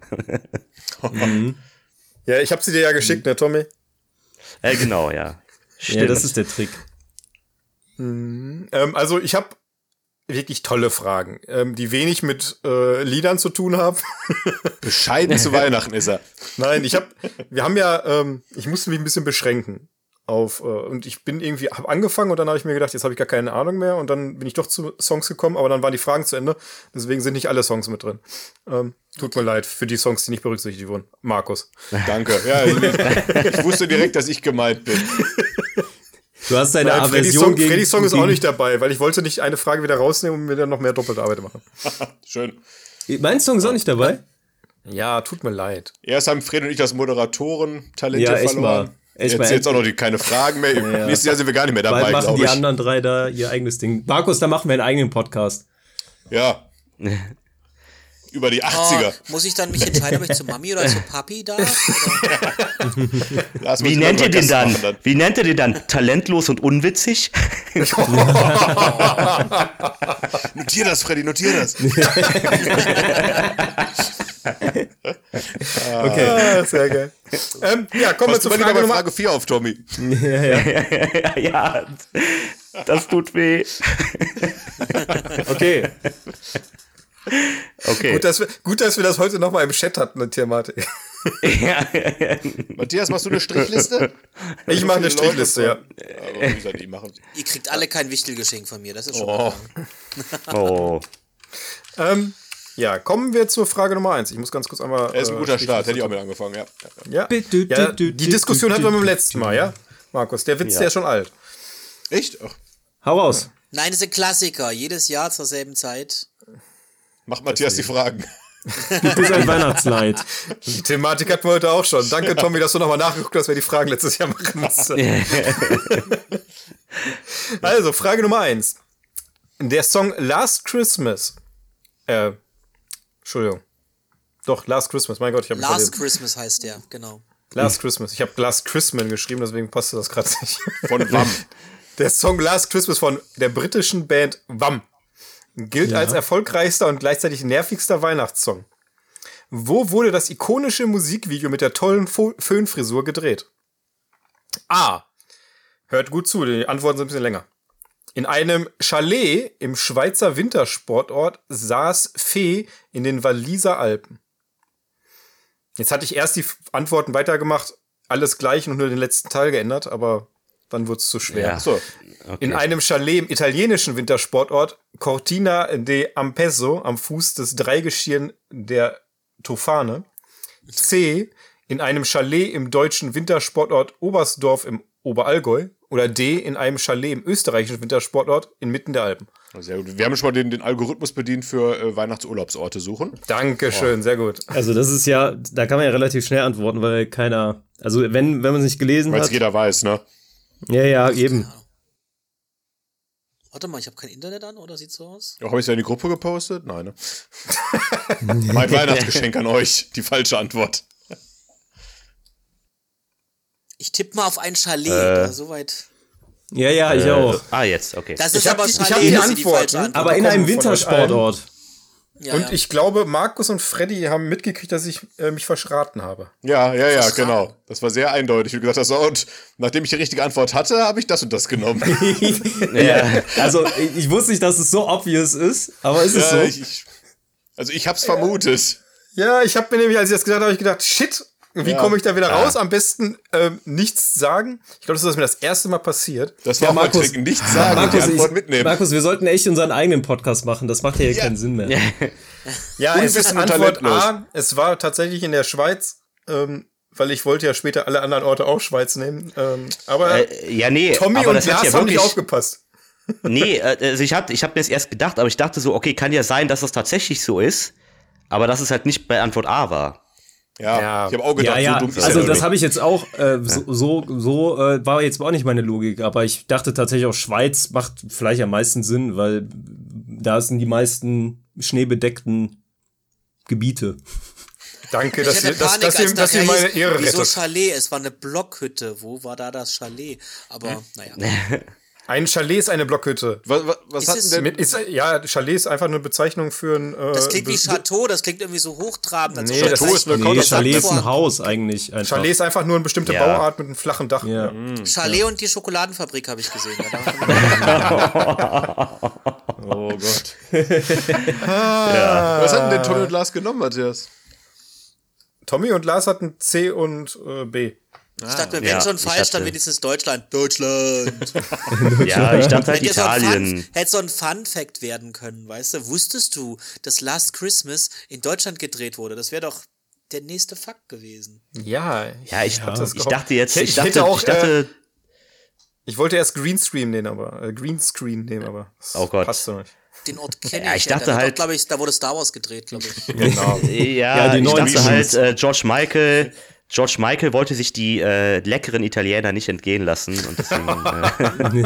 Ja, ich habe sie dir ja geschickt, ne, Tommy? äh, genau, ja. Ja, Stimmt. das ist der Trick. Ähm, also ich habe wirklich tolle Fragen, ähm, die wenig mit äh, Liedern zu tun haben. Bescheiden zu Weihnachten ist er. Nein, ich habe, wir haben ja, ähm, ich musste mich ein bisschen beschränken auf äh, und ich bin irgendwie, habe angefangen und dann habe ich mir gedacht, jetzt habe ich gar keine Ahnung mehr und dann bin ich doch zu Songs gekommen, aber dann waren die Fragen zu Ende, deswegen sind nicht alle Songs mit drin. Ähm, tut mir leid für die Songs, die nicht berücksichtigt wurden. Markus. Danke. Ja, ich, ich wusste direkt, dass ich gemeint bin. Du hast deine Nein, Freddys Aversion Song, gegen... Freddys Song ist auch gegen- nicht dabei, weil ich wollte nicht eine Frage wieder rausnehmen und mir dann noch mehr doppelte Arbeit machen. Schön. Mein Song ist auch nicht dabei? Ja, tut mir leid. Erst haben Fred und ich das Moderatoren-Talent Ja, hier echt verloren. mal. Echt Jetzt, mal. jetzt auch noch die keine Fragen mehr. Im Ja. nächsten Jahr sind wir gar nicht mehr dabei, Bald machen glaube die ich. anderen drei da ihr eigenes Ding. Markus, da machen wir einen eigenen Podcast. Ja. Über die Oh, achtziger. muss ich dann mich entscheiden, ob ich zu Mami oder zu Papi darf? Oder? Lars Wie muss nennt immer ihr den Gast dann? machen Wie nennt ihr den dann? Talentlos und unwitzig? Notier das, Freddy, notier das. Okay. Ah, sehr geil. ähm, ja, kommen wir Was zur du mal Frage bei Nummer. Frage vier auf, Tommy. Ja, das tut weh. Okay. Okay. Gut, dass wir, gut, dass wir das heute nochmal im Chat hatten, eine Thematik. Matthias, machst du eine Strichliste? Ich So mache eine viele Leute Strichliste, ja. fragen. Aber wie soll die machen? Ihr kriegt alle kein Wichtelgeschenk von mir, das ist schon Oh. mal. Oh. Ähm, ja, kommen wir zur Frage Nummer eins. Ich muss ganz kurz einmal. Er ist ein äh, guter Start, Strichliste- hätte ich auch mit angefangen, ja. Ja, Du, ja du, du, die du, Diskussion du, hatten wir du, beim du, letzten Mal, ja? Markus, der Witz, Ja. der ist schon alt. Echt? Ach, Hau raus. Nein, das ist ein Klassiker. Jedes Jahr zur selben Zeit. macht Matthias die Fragen. Gibt es ein Weihnachtslied? Die Thematik hatten wir heute auch schon. Danke, Tommy, dass du nochmal nachgeguckt hast, wer die Fragen letztes Jahr machen musste. Also, Frage Nummer eins. Der Song Last Christmas. Äh, Entschuldigung. Doch, Last Christmas, mein Gott, ich habe mich Last verlesen. Christmas heißt der, genau. Last Christmas. Ich habe Last Christmas geschrieben, deswegen passte das gerade nicht. Von Wham. Der Song Last Christmas von der britischen Band Wham gilt als erfolgreichster und gleichzeitig nervigster Weihnachtssong. Wo wurde das ikonische Musikvideo mit der tollen Fo- Föhnfrisur gedreht? A. Hört gut zu, die Antworten sind ein bisschen länger. In einem Chalet im Schweizer Wintersportort saß Fee in den Walliser Alpen. Jetzt hatte ich erst die Antworten weitergemacht, alles gleich und nur den letzten Teil geändert, aber dann wurde es zu schwer. Ja. So. In einem Chalet im italienischen Wintersportort Cortina de Ampezzo am Fuß des Dreigestirn der Tofane. C. In einem Chalet im deutschen Wintersportort Oberstdorf im Oberallgäu. Oder D. In einem Chalet im österreichischen Wintersportort inmitten der Alpen. Sehr gut. Wir haben schon mal den, den Algorithmus bedient für äh, Weihnachtsurlaubsorte suchen. Dankeschön, sehr gut. Also das ist ja, da kann man ja relativ schnell antworten, weil keiner, also wenn, wenn man es nicht gelesen Weil es hat. jeder weiß, ne? Ja, ja, eben. Warte mal, ich habe kein Internet an, oder sieht's so aus? Habe ich es ja in die Gruppe gepostet? Nein, ne? Mein Weihnachtsgeschenk an euch. Die falsche Antwort. Ich tippe mal auf ein Chalet, Äh. oder soweit. Ja, ja, ich Äh, auch. ah, jetzt, okay. Das ist Ich hab aber die- ich Chalet, hab die das ist die falsche Antworten. Antwort. Aber in einem bekommen von euch Wintersportort. Ja, Und ja. ich glaube, Markus und Freddy haben mitgekriegt, dass ich äh, mich verschraten habe. Ja, ja, ja, Was genau. Das war sehr eindeutig. Wie du gesagt hast, so, und nachdem ich die richtige Antwort hatte, habe ich das und das genommen. Ja, also ich, ich wusste nicht, dass es so obvious ist, aber ist es so? ja, ich, ich, also ich hab's vermutet. Ja, ich habe mir nämlich, als ich das gesagt habe, ich gedacht, shit, wie Ja. komme ich da wieder raus? Am besten ähm, nichts sagen. Ich glaube, das ist mir das erste Mal passiert. Das war Ja, auch mein Markus- Trick. Nichts sagen und Markus, die Antwort ich, mitnehmen. Markus, wir sollten echt unseren eigenen Podcast machen. Das macht ja hier Ja. keinen Sinn mehr. Ja, es ist Unwissen und Antwort talentlos. A. Es war tatsächlich in der Schweiz ähm, weil ich wollte ja später alle anderen Orte auch Schweiz nehmen. Ähm, aber Äh, ja, nee, Tommy aber und das hat Lars ja haben nicht wirklich- aufgepasst. Nee, äh, also ich, hab, ich hab mir das erst gedacht, aber ich dachte so, okay, kann ja sein, dass das tatsächlich so ist, aber dass es halt nicht bei Antwort A war. Ja, Ja. ich habe auch gedacht, Ja, ja, so dumm ist also er das nicht. habe ich jetzt auch, äh, so, so, so äh, war jetzt auch nicht meine Logik, aber ich dachte tatsächlich auch, Schweiz macht vielleicht am meisten Sinn, weil da sind die meisten schneebedeckten Gebiete. Danke, Ich dass hatte ihr, dass, Panik, dass ihr, als dass ihr nachher meine hieß, Ehre wieso rettet. Chalet? Es war eine Blockhütte. Wo war da das Chalet? Aber, naja. Ein Chalet ist eine Blockhütte. Was, was, was Ist hat es- denn Mit, ist, ja, Chalet ist einfach eine Bezeichnung für ein. Äh, Das klingt wie Be- Chateau, das klingt irgendwie so hochtrabend. als Nee, ob das Chateau ist eine Nee, Konto- Chalet ist ein vor- Haus eigentlich einfach. Chalet ist einfach nur eine bestimmte Ja. Bauart mit einem flachen Dach. Ja. Chalet und die Schokoladenfabrik habe ich gesehen. Ja, da- Oh Gott. Was hatten denn Tommy und Lars genommen, Matthias? Tommy und Lars hatten C und äh, B. ich dachte mir, wenn Ja, schon ich falsch, dann hatte- wenigstens Deutschland. Deutschland! Ja, ich dachte halt Hätte so ein Italien. Fun, hätte so ein Fun-Fact werden können, weißt du? Wusstest du, dass Last Christmas in Deutschland gedreht wurde? Das wäre doch der nächste Fakt gewesen. Ja, Ja, ich, hab das ich gehofft. dachte jetzt, Ich ich dachte, hätte auch, ich dachte, Ich wollte erst Greenscreen nehmen, aber äh, Greenscreen nehmen, aber das Oh Gott. passt so nicht. Den Ort kenne Ja, ich. ich dachte da wird halt- auch, glaub ich, da wurde Star Wars gedreht, glaube ich. Genau. ja, Ja, die ich neuen dachte Beatles. halt, äh, George Michael, George Michael wollte sich die äh, leckeren Italiener nicht entgehen lassen und deswegen, äh,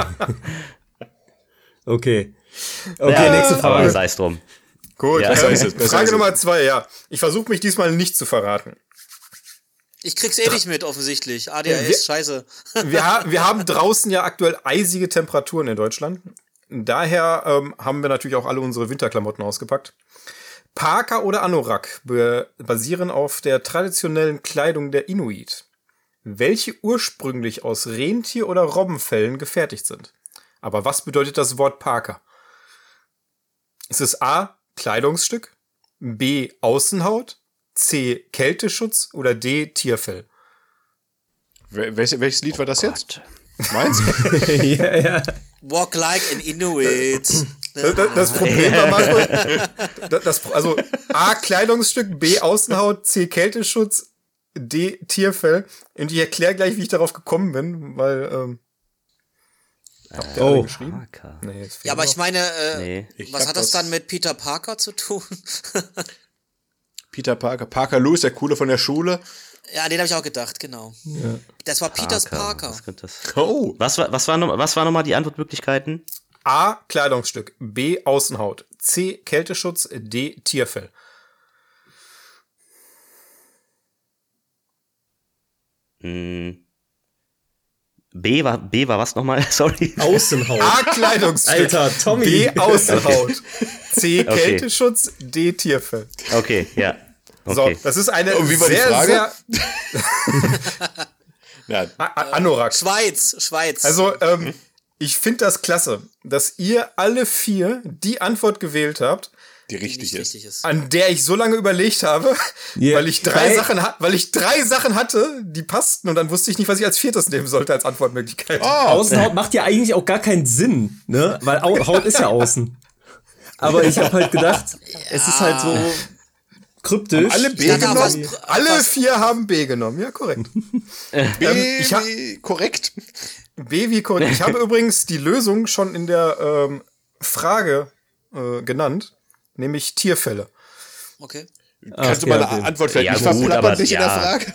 Okay. Okay, ja, nächste aber Frage. sei es drum. Gut, Ja, äh, besser ist es, besser Frage ist es. Nummer zwei, ja. Ich versuche mich diesmal nicht zu verraten. Ich krieg's eh nicht mit, offensichtlich. A D H Wir- S, scheiße. Wir, ha wir haben draußen ja aktuell eisige Temperaturen in Deutschland. Daher ähm, haben wir natürlich auch alle unsere Winterklamotten ausgepackt. Parka oder Anorak be- basieren auf der traditionellen Kleidung der Inuit, welche ursprünglich aus Rentier- oder Robbenfellen gefertigt sind. Aber was bedeutet das Wort Parka? Ist es A. Kleidungsstück, B. Außenhaut, C. Kälteschutz oder D. Tierfell? Wel welches, welches Lied war das jetzt? Meins? ja, ja. Walk like an Inuit. Das, das, das Problem war manchmal, das, das, also A. Kleidungsstück, B. Außenhaut, C. Kälteschutz, D. Tierfell. Und ich erkläre gleich, wie ich darauf gekommen bin, weil, ähm, habt ihr alle Oh. geschrieben? Parker. Nee, jetzt fehlt Ja, aber noch. ich meine, äh, Nee. Ich was hab hat das das- dann mit Peter Parker zu tun? Peter Parker. Parker Lewis, der Coole von der Schule. Ja, den habe ich auch gedacht, genau. Das war Peters Parker. Was könnte das? Oh. Was war, was war, noch, was war nochmal die Antwortmöglichkeiten? A. Kleidungsstück, B. Außenhaut, C. Kälteschutz, D. Tierfell. Hm. B war, B war was nochmal? Sorry. Außenhaut. A. Kleidungsstück, Alter, Tommy. B. Außenhaut, C. Okay. Kälteschutz, D. Tierfell. Okay, ja. So, Okay. das ist eine Und wie war die sehr, Frage? sehr Ja, A A Anorak. Schweiz, Schweiz. Also, ähm, ich finde das klasse, dass ihr alle vier die Antwort gewählt habt, die die richtig nicht ist. richtig ist. an der ich so lange überlegt habe, Ja, weil ich drei weil- Sachen ha weil ich drei Sachen hatte, die passten und dann wusste ich nicht, was ich als viertes nehmen sollte als Antwortmöglichkeit. Oh, Außenhaut macht ja eigentlich auch gar keinen Sinn, ne? Weil Au Haut ist ja außen. Aber ich habe halt gedacht, es ist halt so kryptisch. Alle B Ich dachte auch, genommen? was- Alle was- vier haben B genommen. Ja, korrekt. B, ich ha- wie korrekt. B wie korrekt. Ich habe übrigens die Lösung schon in der ähm, Frage äh, genannt, nämlich Tierfälle. Okay. Kannst du okay, meine okay. Antwort vielleicht Ja, nicht gut, verplappern, aber nicht in der ja. Frage?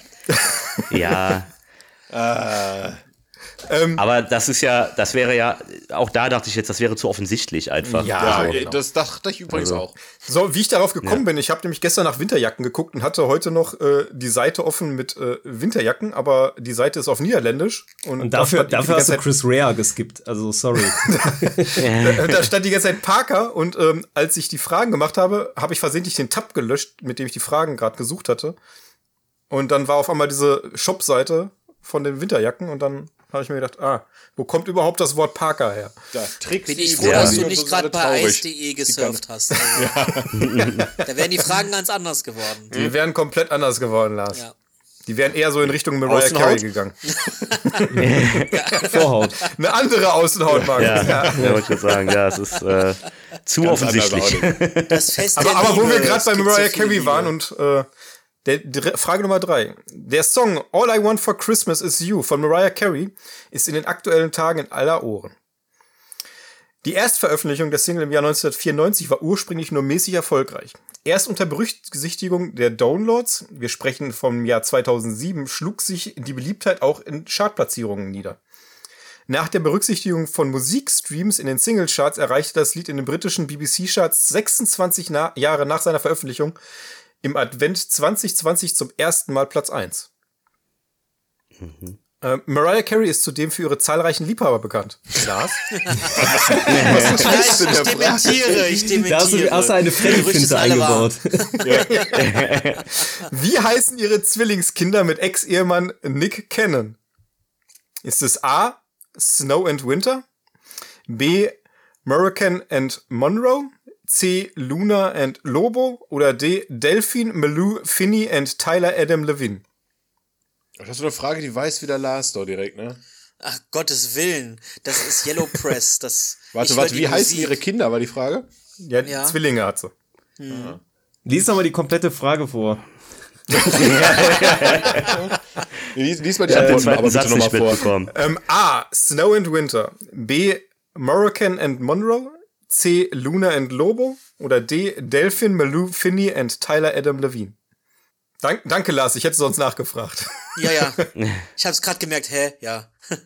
Ja, Ähm, aber das ist ja, das wäre ja, auch da dachte ich jetzt, das wäre zu offensichtlich einfach. Ja, Ja, also, äh, genau. das dachte ich übrigens Also. auch. So, wie ich darauf gekommen bin, ich habe nämlich gestern nach Winterjacken geguckt und hatte heute noch äh, die Seite offen mit äh, Winterjacken, aber die Seite ist auf Niederländisch. Und, Und da dafür, stand die dafür hast ganze du Chris Rea geskippt. Also sorry. Zeit, da stand die ganze Zeit Parker und ähm, als ich die Fragen gemacht habe, habe ich versehentlich den Tab gelöscht, mit dem ich die Fragen gerade gesucht hatte. Und dann war auf einmal diese Shop-Seite von den Winterjacken und dann habe ich mir gedacht, ah, wo kommt überhaupt das Wort Parker her? Da Tricks. Bin ich die froh, dass Barbie du und nicht so gerade sind alle bei traurig. ice punkt de gesurft hast. Also, da wären die Fragen ganz anders geworden. Die wären komplett anders geworden, Lars. Ja. Die wären eher so in Richtung Mariah Außenhaut? Carey gegangen. Vorhaut. Eine andere Außenhaut, Markus. Ja, Ja. ja, wollte ich gerade sagen, ja, es ist äh, zu Ganz offensichtlich. anders auch nicht. Das Fest Aber, der aber wo Liebe, wir gerade es bei gibt Mariah so viel Carey Liebe. waren und äh, Der, dr- Frage Nummer drei. Der Song All I Want for Christmas is You von Mariah Carey ist in den aktuellen Tagen in aller Ohren. Die Erstveröffentlichung der Single im Jahr neunzehnhundertvierundneunzig war ursprünglich nur mäßig erfolgreich. Erst unter Berücksichtigung der Downloads, wir sprechen vom Jahr zweitausendsieben, schlug sich die Beliebtheit auch in Chartplatzierungen nieder. Nach der Berücksichtigung von Musikstreams in den Singlecharts erreichte das Lied in den britischen B B C-Charts sechsundzwanzig na- Jahre nach seiner Veröffentlichung im Advent zwanzig zwanzig zum ersten Mal Platz eins. Mhm. Äh, Mariah Carey ist zudem für ihre zahlreichen Liebhaber bekannt. Lars? Ja, ich, ich dementiere, ich Da hast du, dementiere. hast du eine Freddy-Finte eingebaut. Wie heißen ihre Zwillingskinder mit Ex-Ehemann Nick Cannon? Ist es A. Snow and Winter, B. Murrican and Monroe, C. Luna and Lobo oder D. Delphine, Malou, Finney and Tyler Adam Levine? Das ist so eine Frage, die weiß wieder Lars doch direkt, ne? Ach, Gottes Willen. Das ist Yellow Press. Das, Warte, ich hör warte, die wie heißen Musik. ihre Kinder, war die Frage? Ja, Ja. Zwillinge hat sie. Lies doch mal die komplette Frage vor. Lies, lies mal die Ich habe den Antworten, aber zweiten bitte Satz nochmal nicht vor. mitbekommen. Ähm, A. Snow and Winter, B. Murrican and Monroe, C. Luna and Lobo oder D. Delphine, Malou, Finney and Tyler Adam Levine? Dank, danke, Lars, ich hätte sonst nachgefragt. Ja, ja. Ich hab's gerade gemerkt, hä? Ja.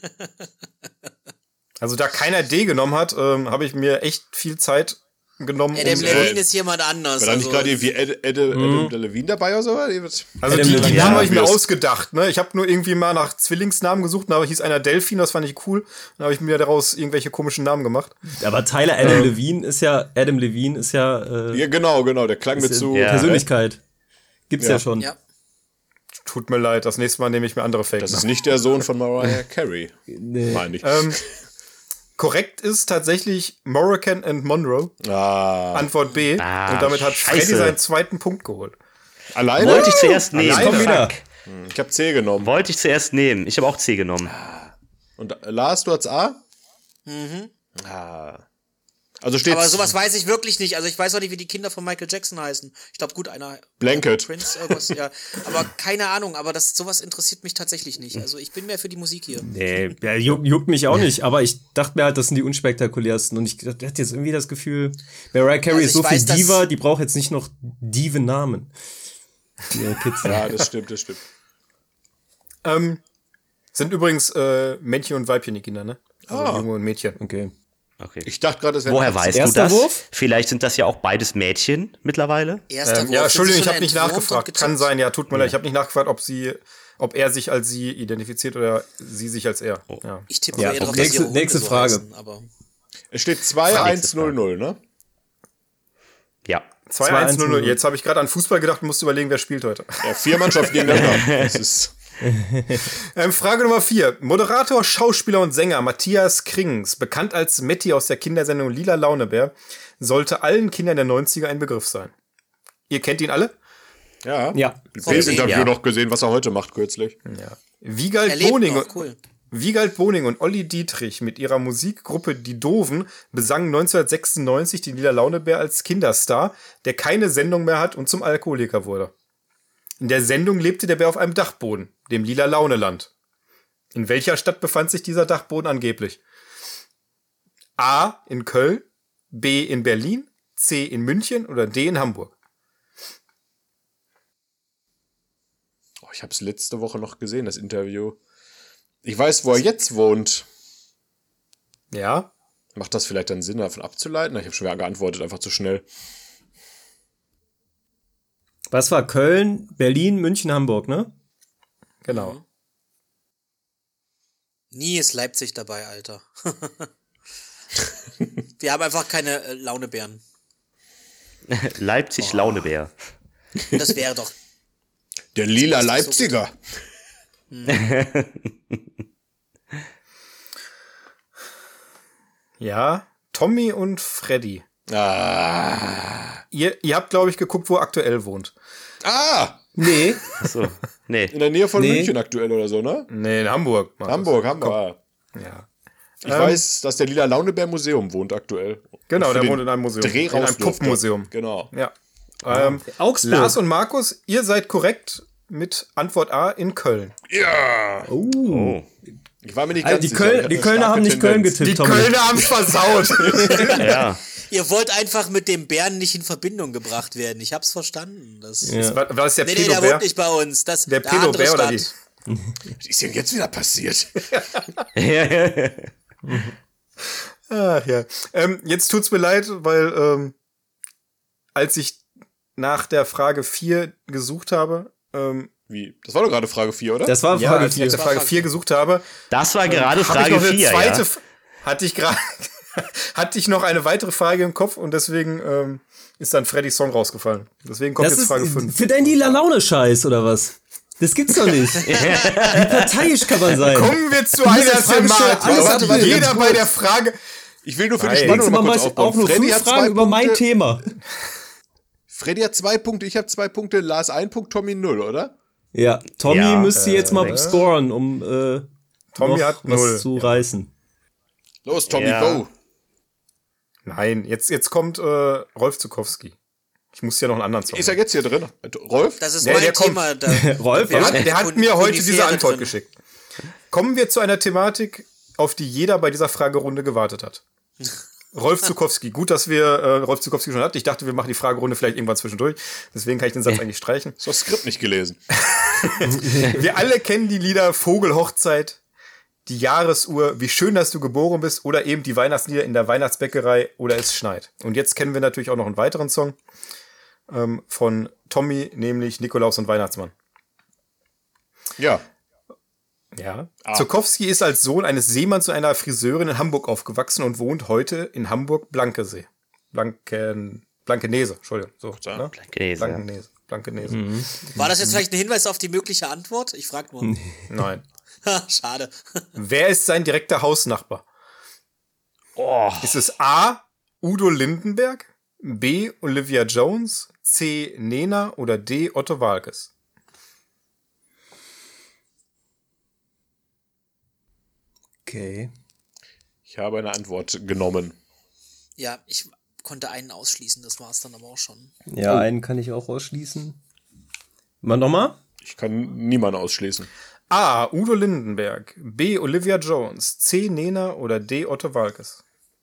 Also da keiner D genommen hat, ähm, habe ich mir echt viel Zeit genommen. Adam um- Levine ist jemand anders. War da nicht also- gerade irgendwie Ed, Ed, Adam Levine dabei oder so? Also Adam die, die Levine. Namen habe ich mir Ja, ausgedacht. Ne? Ich habe nur irgendwie mal nach Zwillingsnamen gesucht, da hieß einer Delphine, das fand ich cool. Dann habe ich mir daraus irgendwelche komischen Namen gemacht. Aber Tyler Adam Levine ist ja, Adam Levine ist ja, äh, Ja, genau, genau, der klang mir ist zu. ja. Persönlichkeit. Gibt's ja, Ja. schon. Ja. Tut mir leid, das nächste Mal nehme ich mir andere Fake. Das ist nicht der Sohn von Mariah Carey. Nee. Meine ich. ähm, korrekt ist tatsächlich Murrican and Monroe. Ah. Antwort B. Ah, Und damit hat Freddy scheiße. seinen zweiten Punkt geholt. Alleine? Wollte ich zuerst nehmen. Alleine. Komm wieder. Ich habe C genommen. Wollte ich zuerst nehmen. Ich habe auch C genommen. Und äh, Lars, du hast A? Mhm. Ah. Also steht Aber sowas weiß ich wirklich nicht. Also ich weiß auch nicht, wie die Kinder von Michael Jackson heißen. Ich glaube, gut, einer. Blanket. Prince, irgendwas, ja. Aber keine Ahnung, aber das, sowas interessiert mich tatsächlich nicht. Also ich bin mehr für die Musik hier. Nee, ja, juckt, juckt mich auch nicht, aber ich dachte mir halt, das sind die unspektakulärsten und ich hatte jetzt irgendwie das Gefühl, Mariah Carey Also ist so ich viel weiß, dass- Diva, die braucht jetzt nicht noch Diven-Namen. Ja, Kids. Ja, das stimmt, das stimmt. Ähm, sind übrigens äh, Männchen und Weibchen die Kinder, ne? Also Ah. Junge und Mädchen. Okay. Okay. Ich dachte gerade, das wäre. Woher weißt du Erster das? Wurf? Vielleicht sind das ja auch beides Mädchen mittlerweile. Erster Ähm, Wurf, ja, sind Entschuldigung, sie ich schon habe nicht entwurmt und nachgefragt. getippt? Kann sein, ja, tut mir leid. Ich habe nicht nachgefragt, ob sie, ob er sich als sie identifiziert oder sie sich als er. Ja. Ich tippe Ja, eher drauf, nächste- dass ihre Hunde nächste so Frage. heißen, aber Es steht zwei eins null null, ne? Ja. zwei eins null null. Jetzt habe ich gerade an Fußball gedacht und musste überlegen, wer spielt heute. Ja, vier Mannschaften gegeneinander. Das ist. Ähm, Frage Nummer vier. Moderator, Schauspieler und Sänger Matthias Krings, bekannt als Matti aus der Kindersendung Lila Launebär, sollte allen Kindern der neunziger ein Begriff sein. Ihr kennt ihn alle? Ja. Ja. Das Interview Ja. noch gesehen, was er heute macht, kürzlich. Ja. Wiegald er lebt Boning, noch, cool. Wiegald Boning und Olli Dietrich mit ihrer Musikgruppe Die Doofen besangen neunzehnhundertsechsundneunzig den Lila Launebär als Kinderstar, der keine Sendung mehr hat und zum Alkoholiker wurde. In der Sendung lebte der Bär auf einem Dachboden, dem Lila Launeland. In welcher Stadt befand sich dieser Dachboden angeblich? A. in Köln, B. in Berlin, C. in München oder D. in Hamburg? Oh, ich habe es letzte Woche noch gesehen, das Interview. Ich weiß, wo er jetzt wohnt. Ja? Macht das vielleicht dann Sinn, davon abzuleiten? Ich habe schon wieder geantwortet, einfach zu schnell. Was war Köln, Berlin, München, Hamburg, ne? Genau. Nie ist Leipzig dabei, Alter. Wir haben einfach keine äh, Launebären. Leipzig Launebär. Das wäre doch. Der lila Das ist so Leipziger. Ja, Tommy und Freddy. Ah. Ihr, ihr habt, glaube ich, geguckt, wo er aktuell wohnt. Ah! Nee. Achso. Nee. In der Nähe von Nee. München aktuell oder so, ne? Nee, in Hamburg. Markus. Hamburg, Hamburg. Ja. Ich weiß, dass der lila Launebär Museum wohnt aktuell. Genau, Für der den wohnt in einem Museum. Dreh in einem raus durfte. Puppenmuseum. Genau. Ja. Ähm, Augsburg. Lars und Markus, ihr seid korrekt mit Antwort A in Köln. Ja! Oh. Oh. Ich war mir nicht Also ganz die, sicher. Köl Ich hatte die eine Kölner starke haben nicht Köln Tendenz. getippt, Die Tommy. Kölner haben's versaut. Ja. Ihr wollt einfach mit dem Bären nicht in Verbindung gebracht werden. Ich hab's verstanden. Das Ja. War, war das der Nee, nee, der Pedobär? wohnt nicht bei uns. Das, Der eine andere Pedobär oder wie? Stadt. Was ist denn jetzt wieder passiert? Ach ja. Ähm, jetzt tut's mir leid, weil ähm, als ich nach der Frage vier gesucht habe, ähm, Wie? Das war doch gerade Frage vier, oder? Das war ja, Frage als ich nach vier. der Frage vier gesucht habe, Das war gerade habe ich Frage noch eine vier, zweite, ja. F- hatte ich gerade, hatte ich noch eine weitere Frage im Kopf und deswegen ähm, ist dann Freddys Song rausgefallen. Deswegen kommt Das jetzt ist Frage fünf. für deinen lila Laune-Scheiß, oder was? Das gibt's doch nicht. Wie parteiisch kann man sein? Kommen wir zu Du musst einer als Fragesteller Thematik. alles Warte, warte, Jeder ganz bei kurz. der Frage, Ich will nur für die Nein. Spannung Jetzt noch mal mal kurz aufbauen. auch nur Freddy fünf hat zwei Fragen über mein Punkte. Thema. Freddy hat zwei Punkte, ich habe zwei Punkte, Lars ein Punkt, Tommy null, oder? Ja, Tommy Ja, müsste jetzt mal äh, scoren, um äh, Tommy noch hat was null. zu reißen. Los, Tommy, Ja. go. Nein, jetzt, jetzt kommt äh, Rolf Zukowski. Ich muss ja noch einen anderen Song. Ist er jetzt hier drin? Rolf? Das ist Nee, mein der kommt. Thema. Da, Rolf, Der was? hat, der hat Kun- mir heute diese Kunifere Antwort drin. geschickt. Kommen wir zu einer Thematik, auf die jeder bei dieser Fragerunde gewartet hat. Rolf Zukowski. Gut, dass wir äh, Rolf Zukowski schon hatten. Ich dachte, wir machen die Fragerunde vielleicht irgendwann zwischendurch. Deswegen kann ich den Satz eigentlich streichen. Hast du das Skript nicht gelesen? Wir alle kennen die Lieder Vogelhochzeit, die Jahresuhr, Wie schön, dass du geboren bist oder eben die Weihnachtslieder in der Weihnachtsbäckerei oder Es schneit. Und jetzt kennen wir natürlich auch noch einen weiteren Song ähm, von Tommy, nämlich Nikolaus und Weihnachtsmann. Ja. Ja. Ah. Zukowski ist als Sohn eines Seemanns und einer Friseurin in Hamburg aufgewachsen und wohnt heute in Hamburg-Blankesee. Blanken, Blankenese, Entschuldigung. So, Ja. ne? Blankenese, ja. Blankenese. Blankenese. war das jetzt vielleicht ein Hinweis auf die mögliche Antwort? Ich frag nur. Nein. Ha, Schade. Wer ist sein direkter Hausnachbar? Oh, Ist es A. Udo Lindenberg, B. Olivia Jones, C. Nena oder D. Otto Waalkes? Okay. Ich habe eine Antwort genommen. Ja, ich konnte einen ausschließen, das war es dann aber auch schon. Ja, einen kann ich auch ausschließen. Mal nochmal? Ich kann niemanden ausschließen. A. Udo Lindenberg, B. Olivia Jones, C. Nena oder D. Otto Waalkes?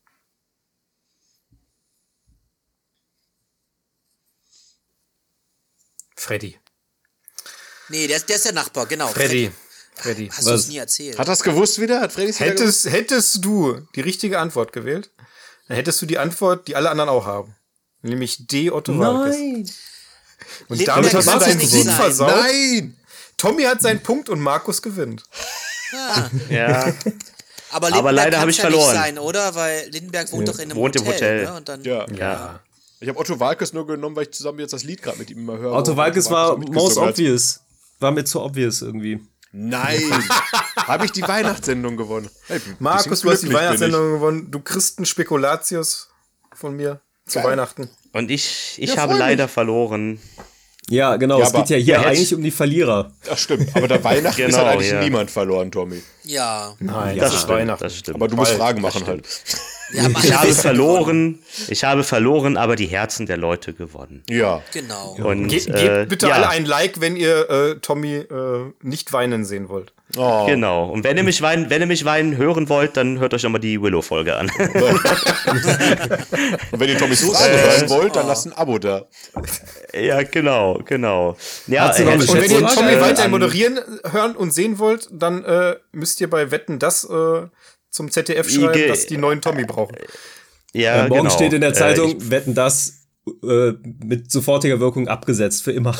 Freddy. Nee, der, ist- der ist der Nachbar, genau. Freddy. Freddy. Hast du Was? es nie erzählt? Hat das gewusst wieder? Hat Freddy es wieder gewusst? Hättest, hättest du die richtige Antwort gewählt, dann hättest du die Antwort, die alle anderen auch haben. Nämlich D. Otto Waalkes. Nein. Und Lindenberg damit hast kann du es deinen nicht Sieg sein. versaut. Nein! Tommy hat seinen Punkt und Markus gewinnt. Ah, ja. aber Aber leider kann's habe ich ja verloren. nicht sein, oder? Weil Lindenberg wohnt doch in einem wohnt im Hotel. Hotel. Ne? Und dann, Ja. Ja. Ich habe Otto Waalkes nur genommen, weil ich zusammen jetzt das Lied gerade mit ihm immer höre. Otto wo Waalkes war auch mitgesungen most hat. obvious. War mir zu obvious irgendwie. Nein! Habe ich die Weihnachtssendung gewonnen. Hey, ein Markus, bisschen du hast die glücklich bin Weihnachtssendung gewonnen. Du kriegst einen Spekulatius von mir zu Geil. Weihnachten. Und ich, ich Ja, habe freu leider mich. verloren. Ja, genau. Ja, es aber- geht ja hier ja, hätte- eigentlich um die Verlierer. ich. Ach stimmt, aber der Weihnachten ist Genau, halt eigentlich ja. niemand verloren, Tommy. ja. Nein, Das ist stimmt, Weihnachten. das stimmt. Aber du musst Bald, Fragen das machen halt. Wir haben Ich alle habe Wissen gewonnen. verloren, ich habe verloren, aber die Herzen der Leute gewonnen. Ja. Genau. Und, Ge gebt äh, bitte ja, alle ein Like, wenn ihr äh, Tommy äh, nicht weinen sehen wollt. Oh. Genau. Und wenn ihr mich weinen, wenn ihr mich weinen hören wollt, dann hört euch nochmal die Willow-Folge an. Und wenn ihr Tommys Fragen hören wollt, dann lasst ein Abo da. Ja, genau, genau. Ja, Hast du noch eine Und wenn ihr Schätzfrage? Tommy äh, weiter an- moderieren, hören und sehen wollt, dann äh, müsst ihr bei Wetten das äh, zum Z D F schreiben, Ige- dass die neuen Tommy brauchen. Ja, Äh, morgen genau. steht in der Äh, Zeitung, wetten das äh, mit sofortiger Wirkung abgesetzt für immer.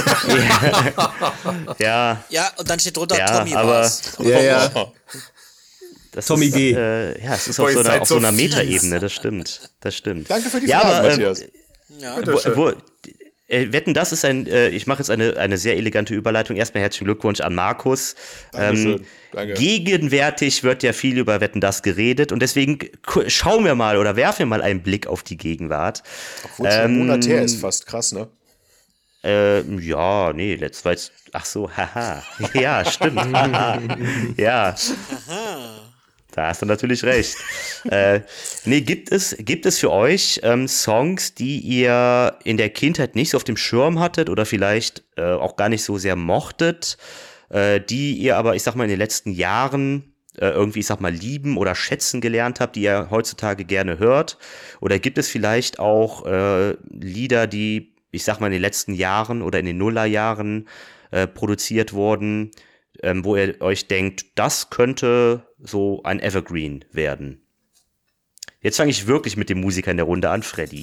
ich, ja, Ja, und dann steht drunter, Ja, Tommy aber- war's. ja, ja. das Tommy ist, G. Äh, ja, es ist Boah, auf so ihr einer, seid auf so so einer fies. Metaebene, das stimmt. Das stimmt. Danke für die ja, Fragen, aber, Matthias. Ja. Bitteschön. Wo, wo, äh, Wetten, das ist ein, äh, ich mache jetzt eine, eine sehr elegante Überleitung. Erstmal herzlichen Glückwunsch an Markus. Dankeschön. Danke. Gegenwärtig wird ja viel über Wetten, das geredet und deswegen k- schauen wir mal oder werfen wir mal einen Blick auf die Gegenwart. Obwohl es schon einen Monat her ist, fast krass, ne? Ähm, ja, nee, letztes war jetzt, ach so, haha. Ja, stimmt. haha. Ja. Da hast du natürlich recht. äh, nee, gibt es, gibt es für euch ähm, Songs, die ihr in der Kindheit nicht so auf dem Schirm hattet oder vielleicht äh, auch gar nicht so sehr mochtet, äh, die ihr aber, ich sag mal, in den letzten Jahren äh, irgendwie, ich sag mal, lieben oder schätzen gelernt habt, die ihr heutzutage gerne hört? Oder gibt es vielleicht auch äh, Lieder, die, ich sag mal, in den letzten Jahren oder in den Nullerjahren äh, produziert wurden, ähm, wo ihr euch denkt, das könnte so ein Evergreen werden? Jetzt fange ich wirklich mit dem Musiker in der Runde an, Freddy.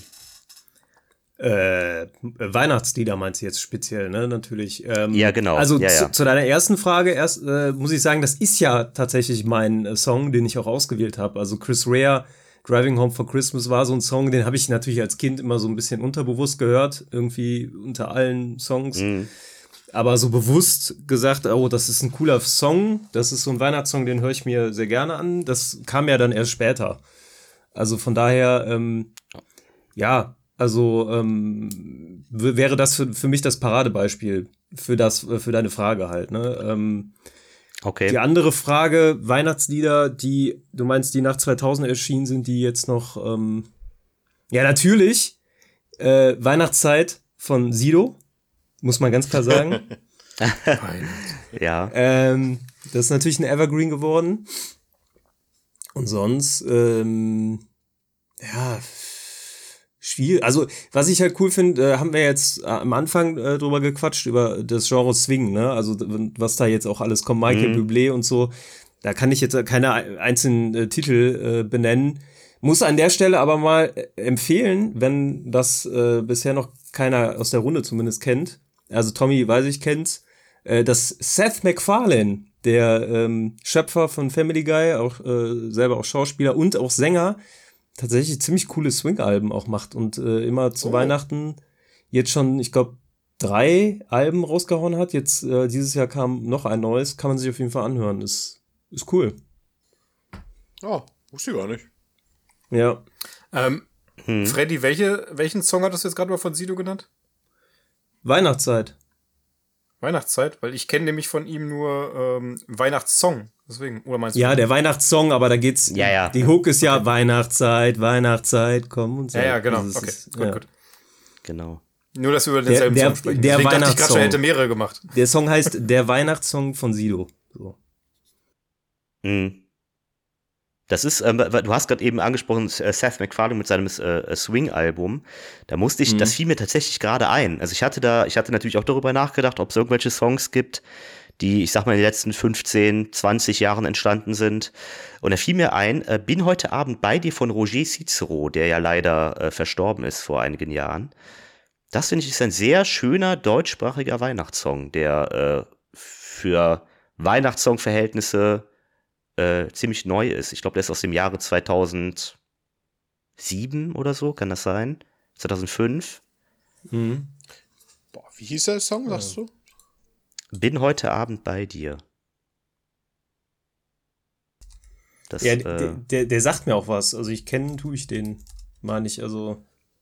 Äh, Weihnachtslieder meinst du jetzt speziell, ne? Natürlich. Ähm, Ja, genau. Also Ja, zu, ja. zu deiner ersten Frage erst äh, muss ich sagen, das ist ja tatsächlich mein äh, Song, den ich auch ausgewählt habe. Also Chris Rea, Driving Home for Christmas war so ein Song, den habe ich natürlich als Kind immer so ein bisschen unterbewusst gehört, irgendwie unter allen Songs. Mhm. Aber so bewusst gesagt, oh, das ist ein cooler Song, das ist so ein Weihnachtssong, den höre ich mir sehr gerne an. Das kam ja dann erst später. Also von daher, ähm, ja, also ähm, w- wäre das für, für mich das Paradebeispiel für das, für deine Frage halt, ne? Ähm, Okay. Die andere Frage, Weihnachtslieder, die, du meinst, die nach zweitausend erschienen sind, die jetzt noch, ähm, ja, natürlich, äh, Weihnachtszeit von Sido, muss man ganz klar sagen. Ja. ähm, das ist natürlich ein Evergreen geworden. Und sonst, ähm, ja, schwierig. Also, was ich halt cool finde, äh, haben wir jetzt äh, am Anfang äh, drüber gequatscht, über das Genre Swing, ne? Also, d- was da jetzt auch alles kommt, Michael Mhm. Bublé und so. Da kann ich jetzt keine einzelnen äh, Titel äh, benennen. Muss an der Stelle aber mal äh, empfehlen, wenn das äh, bisher noch keiner aus der Runde zumindest kennt. Also, Tommy, weiß ich, kennt's. Äh, dass Seth MacFarlane, der ähm, Schöpfer von Family Guy, auch äh, selber auch Schauspieler und auch Sänger, tatsächlich ziemlich coole Swing-Alben auch macht und äh, immer zu Oh. Weihnachten jetzt schon, ich glaube, drei Alben rausgehauen hat. Jetzt äh, dieses Jahr kam noch ein neues, kann man sich auf jeden Fall anhören. Ist, ist cool. Oh, wusste ich gar nicht. Ja. Ähm, Freddy, welche, welchen Song hattest du jetzt gerade mal von Sido genannt? Weihnachtszeit. Weihnachtszeit? Weil ich kenne nämlich von ihm nur ähm, Weihnachtssong. Deswegen, oder meinst du? Ja, der Weihnachtssong, aber da geht's. Ja, ja. Die Hook ist ja Weihnachtszeit, Weihnachtszeit, komm und so. Ja, ja, genau. Also es Okay, ist- gut, ja. gut. Genau. Nur, dass wir über denselben Der- Song sprechen. der Deswegen dachte ich gerade schon, er Weihnachtssong. hätte mehrere gemacht. Der Song heißt Der Weihnachtssong von Sido. So. Mhm. Das ist, ähm, du hast gerade eben angesprochen, äh, Seth MacFarlane mit seinem äh, Swing-Album. Da musste ich, Mhm. das fiel mir tatsächlich gerade ein. Also ich hatte da, ich hatte natürlich auch darüber nachgedacht, ob es irgendwelche Songs gibt, die, ich sag mal, in den letzten fünfzehn, zwanzig Jahren entstanden sind. Und da fiel mir ein, äh, bin heute Abend bei dir von Roger Cicero, der ja leider äh, verstorben ist vor einigen Jahren. Das, finde ich, ist ein sehr schöner deutschsprachiger Weihnachtssong, der äh, für Weihnachtssong-Verhältnisse äh, ziemlich neu ist. Ich glaube, der ist aus dem Jahre zweitausendsieben oder so, kann das sein? zweitausendfünf? Mhm. Boah, wie hieß der Song, sagst du? Bin heute Abend bei dir. Das, Ja, äh, der, der, der sagt mir auch was. Also ich kennen tue ich den, meine ich. Also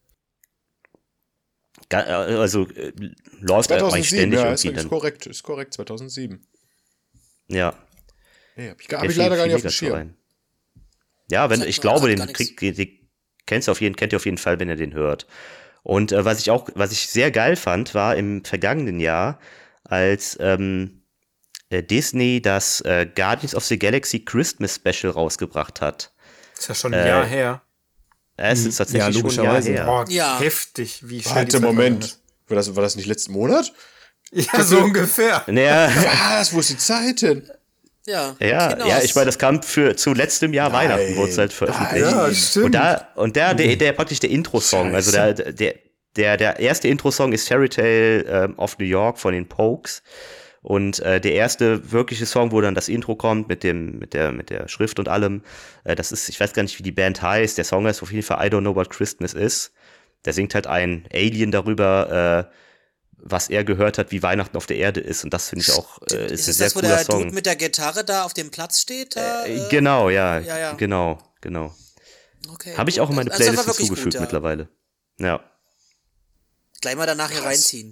ga- äh, also äh, läuft eigentlich zweitausendsieben, ständig ja, ist, irgendwie ist dann. korrekt, ist korrekt, zweitausendsieben. Ja. Nee, hab ich, gar- Der hab ich fiel- leider gar fiel nicht auf dem mega so Schirm. rein. Ja, wenn Sagt ich mir glaube, grad den gar nix. kriegt, den, den kennst du auf jeden, kennt ihr auf jeden Fall, wenn ihr den hört. Und äh, was ich auch, was ich sehr geil fand, war im vergangenen Jahr, als ähm, äh, Disney das äh, Guardians of the Galaxy Christmas Special rausgebracht hat. Ist ja schon ein Jahr her. Äh, Es ist tatsächlich Ja, schon ein Jahr logischerweise. her. Boah, Ja. heftig, wie schnell die Warte, Zeit Moment. War das, war das nicht letzten Monat? vergangen ist. Ja, so ungefähr. Naja, Was? Wo ist die Zeit denn? Ja, ja, Kinos. ja, ich meine, das kam für zu letztem Jahr Nein. Weihnachten, wurde es halt veröffentlicht. Ja, stimmt. Und da, und da, der, der praktisch der Intro-Song, also der, der, der, der erste Intro-Song ist Fairy Tale ähm, of New York von den Pokes. Und äh, der erste wirkliche Song, wo dann das Intro kommt mit dem, mit der, mit der Schrift und allem, äh, das ist, ich weiß gar nicht, wie die Band heißt. Der Song heißt auf jeden Fall I Don't Know What Christmas Is. Da singt halt ein Alien darüber, äh, was er gehört hat, wie Weihnachten auf der Erde ist. Und das finde ich auch, äh, ist, Ist ein es sehr das, wo cooler der Song. Dude mit der Gitarre da auf dem Platz steht? Da, Äh, äh, genau, ja, ja, ja. genau, genau. Okay, Habe ich gut. auch in meine Also das war Playlist wirklich hinzugefügt gut, ja. mittlerweile. Ja. Gleich mal danach hier reinziehen.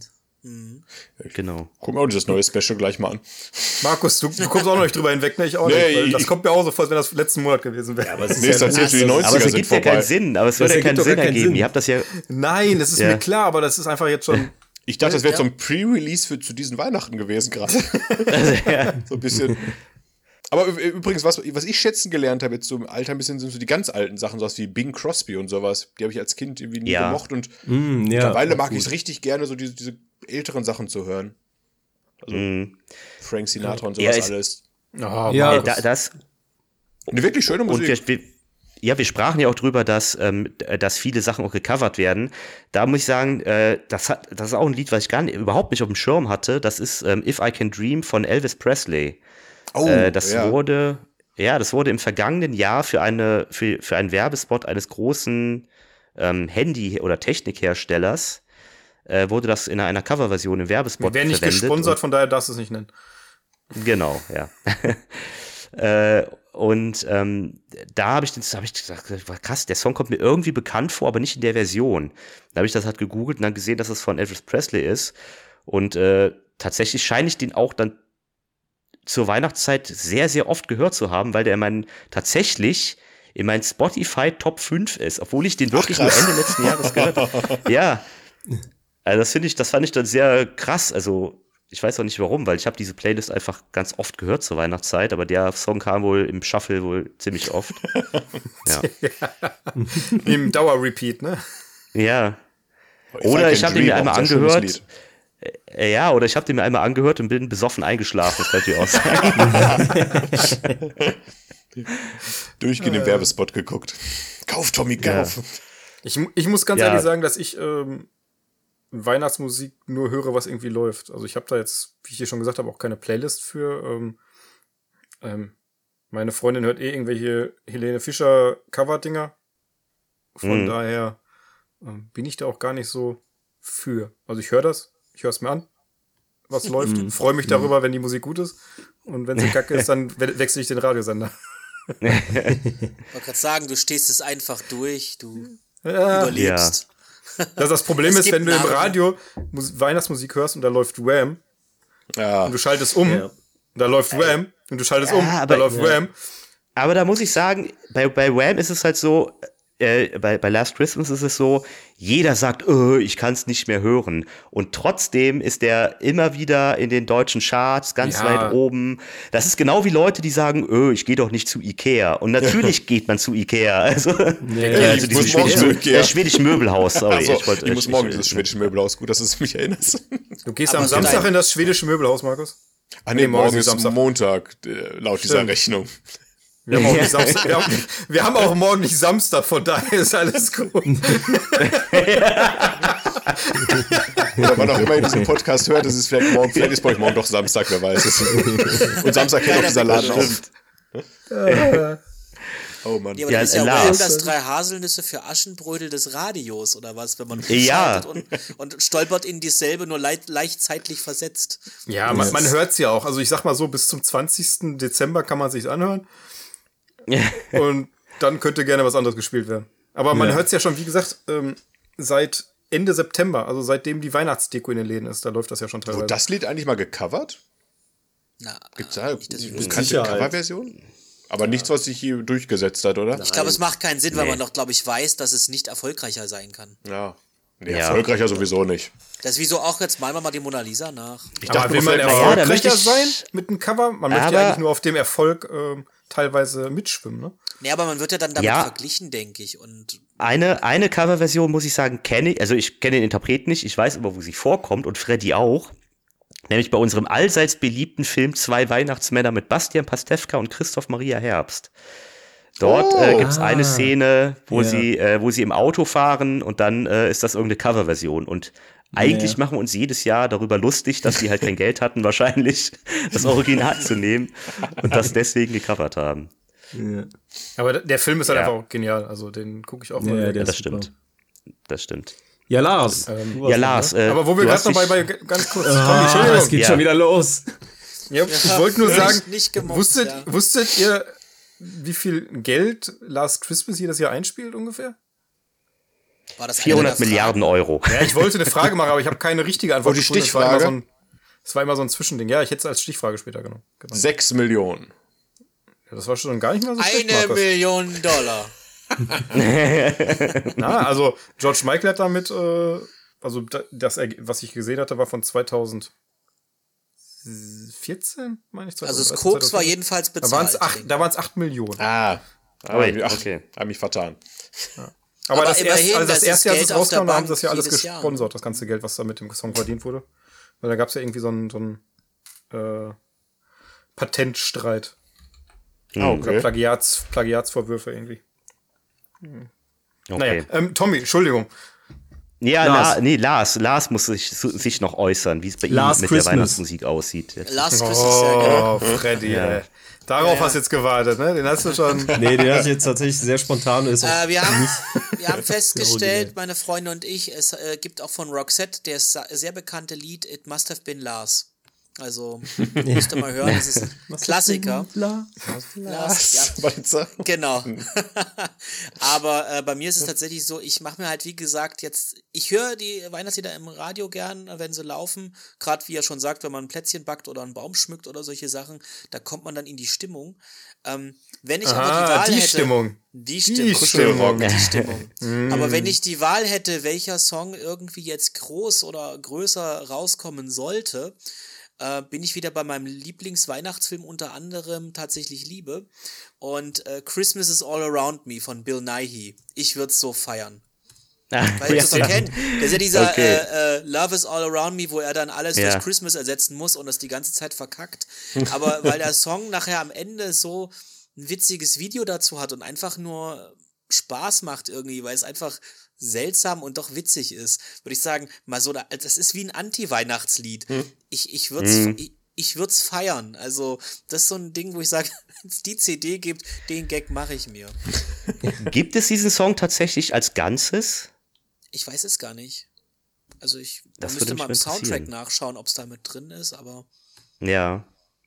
Genau. Gucken wir auch dieses neue Special gleich mal an. Markus, du, du kommst auch noch nicht drüber hinweg, ne? Ich auch Nee, nicht. Weil ich- das kommt mir auch so vor, als wenn das letzten Monat gewesen wäre. Aber es ist Nee, ist erzählt, wie die neunziger Aber es sind ergibt ja vorbei. keinen Sinn. Aber es Das würde ja ergibt keinen doch Sinn gar keinen ergeben. Sinn. Ihr habt das ja. Nein, das ist Ja. mir klar, aber das ist einfach jetzt schon. Ich dachte, das wäre Ja. so ein Pre-Release für zu diesen Weihnachten gewesen gerade. ja. So ein bisschen. Aber ü- übrigens, was, was ich schätzen gelernt habe jetzt so im Alter ein bisschen, sind so die ganz alten Sachen, sowas wie Bing Crosby und sowas. Die habe ich als Kind irgendwie nie Ja. gemocht und Mm, ja, mittlerweile mag gut. ich es richtig gerne, so diese, diese älteren Sachen zu hören. Also Mhm. Frank Sinatra und Ja, sowas ist- alles. Oh, Ja. Äh, da, das, Eine wirklich schöne und Musik. wir, wir, ja, wir sprachen ja auch drüber, dass, ähm, dass viele Sachen auch gecovert werden. Da muss ich sagen, äh, das, hat, das ist auch ein Lied, was ich gar nicht, überhaupt nicht auf dem Schirm hatte. Das ist ähm, If I Can Dream von Elvis Presley. Oh, Äh, das ja. wurde, ja, das wurde im vergangenen Jahr für eine, für, für einen Werbespot eines großen ähm, Handy- oder Technikherstellers, äh, wurde das in einer Coverversion im Werbespot Wir werden nicht verwendet. gesponsert, von daher darfst du es nicht nennen. Und, genau, ja. äh, und ähm, da habe ich, das hab ich gesagt, war krass, der Song kommt mir irgendwie bekannt vor, aber nicht in der Version. Da habe ich das halt gegoogelt und dann gesehen, dass es von Elvis Presley ist. Und äh, tatsächlich scheine ich den auch dann zur Weihnachtszeit sehr, sehr oft gehört zu haben, weil der in meinen, tatsächlich in meinen Spotify Top fünf ist, obwohl ich den wirklich nur Ende letzten Jahres gehört habe. Ja, also das finde ich, das fand ich dann sehr krass. Also ich weiß auch nicht warum, weil ich habe diese Playlist einfach ganz oft gehört zur Weihnachtszeit, aber der Song kam wohl im Shuffle wohl ziemlich oft. Ja. Wie im Dauer-Repeat, ne? Ja. If I Oder Can ich habe den Dream, mir einmal auch ein sehr schönes angehört. Lied. Äh, ja, oder ich habe den mir einmal angehört und bin besoffen eingeschlafen. Das kann ich dir auch sagen. Durchgehend im Werbespot geguckt. Kauf, Tommy, kauf. Ich, ich muss ganz Ja. ehrlich sagen, dass ich ähm, Weihnachtsmusik nur höre, was irgendwie läuft. Also ich habe da jetzt, wie ich dir schon gesagt habe, auch keine Playlist für. Ähm, ähm, meine Freundin hört eh irgendwelche Helene Fischer Cover-Dinger. Von Mhm. daher ähm, bin ich da auch gar nicht so für. Also ich höre das, ich höre es mir an, was läuft, freue mich darüber, wenn die Musik gut ist. Und wenn sie kacke ist, dann we wechsle ich den Radiosender. Ich wollte gerade sagen, du stehst es einfach durch, du Ja, überlebst. das, das Problem Es ist, gibt wenn du im Narren. Radio Mus Weihnachtsmusik hörst und da läuft Wham Ja. und du schaltest um, Ja. da läuft Wham und du schaltest um, aber- da läuft ja. Wham. Aber da muss ich sagen, bei, bei Wham ist es halt so, äh, bei, bei Last Christmas ist es so, jeder sagt, oh, ich kann es nicht mehr hören. Und trotzdem ist der immer wieder in den deutschen Charts ganz Ja. weit oben. Das ist genau wie Leute, die sagen, oh, ich gehe doch nicht zu Ikea. Und natürlich geht man zu Ikea. Also, äh, also ich diesem muss morgen schwedischen, zu Mö- Ikea. äh, schwedischen Möbelhaus. Sorry, Also, ich wollte ich muss ich- morgen ich- dieses schwedische Möbelhaus. Gut, dass du mich erinnerst. Du gehst Aber am so Samstag dein- in das schwedische Möbelhaus, Markus. Ah nee, Nee, morgen morgen ist ist Samstag. Montag, äh, laut dieser Stimmt. Rechnung. Wir haben, auch nicht Samstag, wir, haben, wir haben auch morgen nicht Samstag, von daher ist alles gut. Oder wann auch immer ihr diesen Podcast hört, ist es vielleicht morgen, vielleicht ist bei euch morgen doch Samstag, wer weiß es. Und Samstag kennt auch dieser Laden auf. Oh Mann. Ja, aber Ja, dann ist ja Lars. Wham das drei Haselnüsse für Aschenbrödel des Radios, oder was, wenn man Ja. umschaltet und, und stolpert in dieselbe, nur leicht, leicht zeitlich versetzt. Ja, man, man hört es ja auch. Also ich sag mal so, bis zum zwanzigsten Dezember kann man sich anhören. Und dann könnte gerne was anderes gespielt werden. Aber man Ja. hört es ja schon, wie gesagt, ähm, seit Ende September, also seitdem die Weihnachtsdeko in den Läden ist, da läuft das ja schon teilweise. Wurde das Lied eigentlich mal gecovert? Na, Gibt's da nicht, dass ich eine wüsste. bekannte Sicherheit. Coverversion? Aber nichts, was sich hier durchgesetzt hat, oder? Ich glaube, es macht keinen Sinn, weil Nee. man doch, glaube ich, weiß, dass es nicht erfolgreicher sein kann. Ja. Nee, Ja. erfolgreicher sowieso nicht. Das ist wieso auch, jetzt malen wir mal die Mona Lisa nach. Ich Aber dachte, will man vielleicht ja, da erfolgreicher möchte ich- sein mit einem Cover? Man möchte Aber- ja eigentlich nur auf dem Erfolg ähm, teilweise mitschwimmen, ne? Nee, aber man wird ja dann damit Ja. verglichen, denke ich. Und Eine, eine Coverversion, muss ich sagen, kenne ich, also ich kenne den Interpreten nicht, ich weiß aber, wo sie vorkommt und Freddy auch. Nämlich bei unserem allseits beliebten Film Zwei Weihnachtsmänner mit Bastian Pastewka und Christoph Maria Herbst. Dort Oh. äh, gibt es Ah. eine Szene, wo, Ja. sie, äh, wo sie im Auto fahren und dann äh, ist das irgendeine Coverversion. Und eigentlich Ja. machen wir uns jedes Jahr darüber lustig, dass die halt kein Geld hatten, wahrscheinlich das Original zu nehmen und das deswegen gecovert haben. Ja. Aber der Film ist halt Ja. einfach auch genial. Also den gucke ich auch Ja, mal. ja, wieder. der Das ist super. stimmt. Das stimmt. Ja, Lars. Ähm, Du hast Ja, noch, Lars, ne? äh, Aber wo wir du gerade hast noch bei, dich- bei ganz kurz, Ah, Tommy, es Entschuldigung. geht Ja. schon wieder los. Ja, ich wollte nur sagen, Nicht- nicht gemobbt, wusstet, ja. wusstet ihr, wie viel Geld Last Christmas jedes Jahr einspielt ungefähr? War das vierhundert Milliarden Euro. Ja, ich wollte eine Frage machen, aber ich habe keine richtige Antwort Oh, die gefunden. Es war immer Stichfrage? so ein, es war immer so ein Zwischending. Ja, ich hätte es als Stichfrage später genommen. Genau. Sechs Millionen. Ja, das war schon gar nicht mal so schlecht, Eine Markus. Million Dollar. Na, also George Michael hat damit, äh, also da- das, Erge- was ich gesehen hatte, war von zweitausendvierzehn, meine ich. Also das zweitausenddreizehn, Koks war zweitausendvierzehn. jedenfalls Da waren es bezahlt. acht, da waren's acht Millionen. Ah. Ui, ach, okay. Hab mich vertan. Aber, Aber das, immerhin, erste, also das das ist erste Jahr, als Geld es auf der rauskam, da haben Bank sie das ja alles jedes Jahr, gesponsert, das ganze Geld, was da mit dem Song verdient wurde. Weil da gab es ja irgendwie so einen, so einen äh, Patentstreit. Ah, Oder okay. Plagiats, Plagiatsvorwürfe irgendwie. Okay. Naja, ähm, Tommy, Entschuldigung. Ja, Lars. La, nee, Lars, Lars muss sich, sich noch äußern, wie es bei ihm Last mit Christmas. der Weihnachtsmusik aussieht. Jetzt. Last Christmas, sehr genau. Oh, Freddy, Ja. ey. Darauf Ja. hast du jetzt gewartet, ne? Den hast du schon. Nee, den hatte ich jetzt tatsächlich sehr spontan. Ist auch Äh, wir, haben, nicht wir haben festgestellt, originell. meine Freunde und ich, es äh, gibt auch von Roxette das sa- sehr bekannte Lied It Must Have Been Lars. Also, müsst ihr mal hören, das ist ein Klassiker. Bla. Lars, ja. Meinst du? Genau. Aber äh, bei mir ist es tatsächlich so, ich mache mir halt, wie gesagt, jetzt, ich höre die Weihnachtslieder im Radio gern, wenn sie laufen. Gerade wie er schon sagt, wenn man ein Plätzchen backt oder einen Baum schmückt oder solche Sachen, da kommt man dann in die Stimmung. Ähm, wenn ich aber die Ah, Wahl die hätte. Stimmung. Die Die Stimmung. Stimmung. Die Stimmung. Aber wenn ich die Wahl hätte, welcher Song irgendwie jetzt groß oder größer rauskommen sollte, äh, bin ich wieder bei meinem Lieblingsweihnachtsfilm unter anderem tatsächlich Liebe. Und äh, Christmas is All Around Me von Bill Nighy. Ich würde es so feiern. Weil ihr das doch kennt. Das ist ja dieser Okay. äh, äh, Love is All Around Me, wo er dann alles Ja. durch Christmas ersetzen muss und das die ganze Zeit verkackt. Aber weil der Song nachher am Ende so ein witziges Video dazu hat und einfach nur Spaß macht irgendwie, weil es einfach seltsam und doch witzig ist, würde ich sagen, mal so, da- das ist wie ein Anti-Weihnachtslied. Ich, ich würde es ich, ich würd's feiern. Also, das ist so ein Ding, wo ich sage, wenn es die C D gibt, den Gag mache ich mir. Gibt es diesen Song tatsächlich als Ganzes? Ich weiß es gar nicht. Also ich man Das müsste würde mich mal im mal Soundtrack interessieren. nachschauen, ob es da mit drin ist, aber, Ja.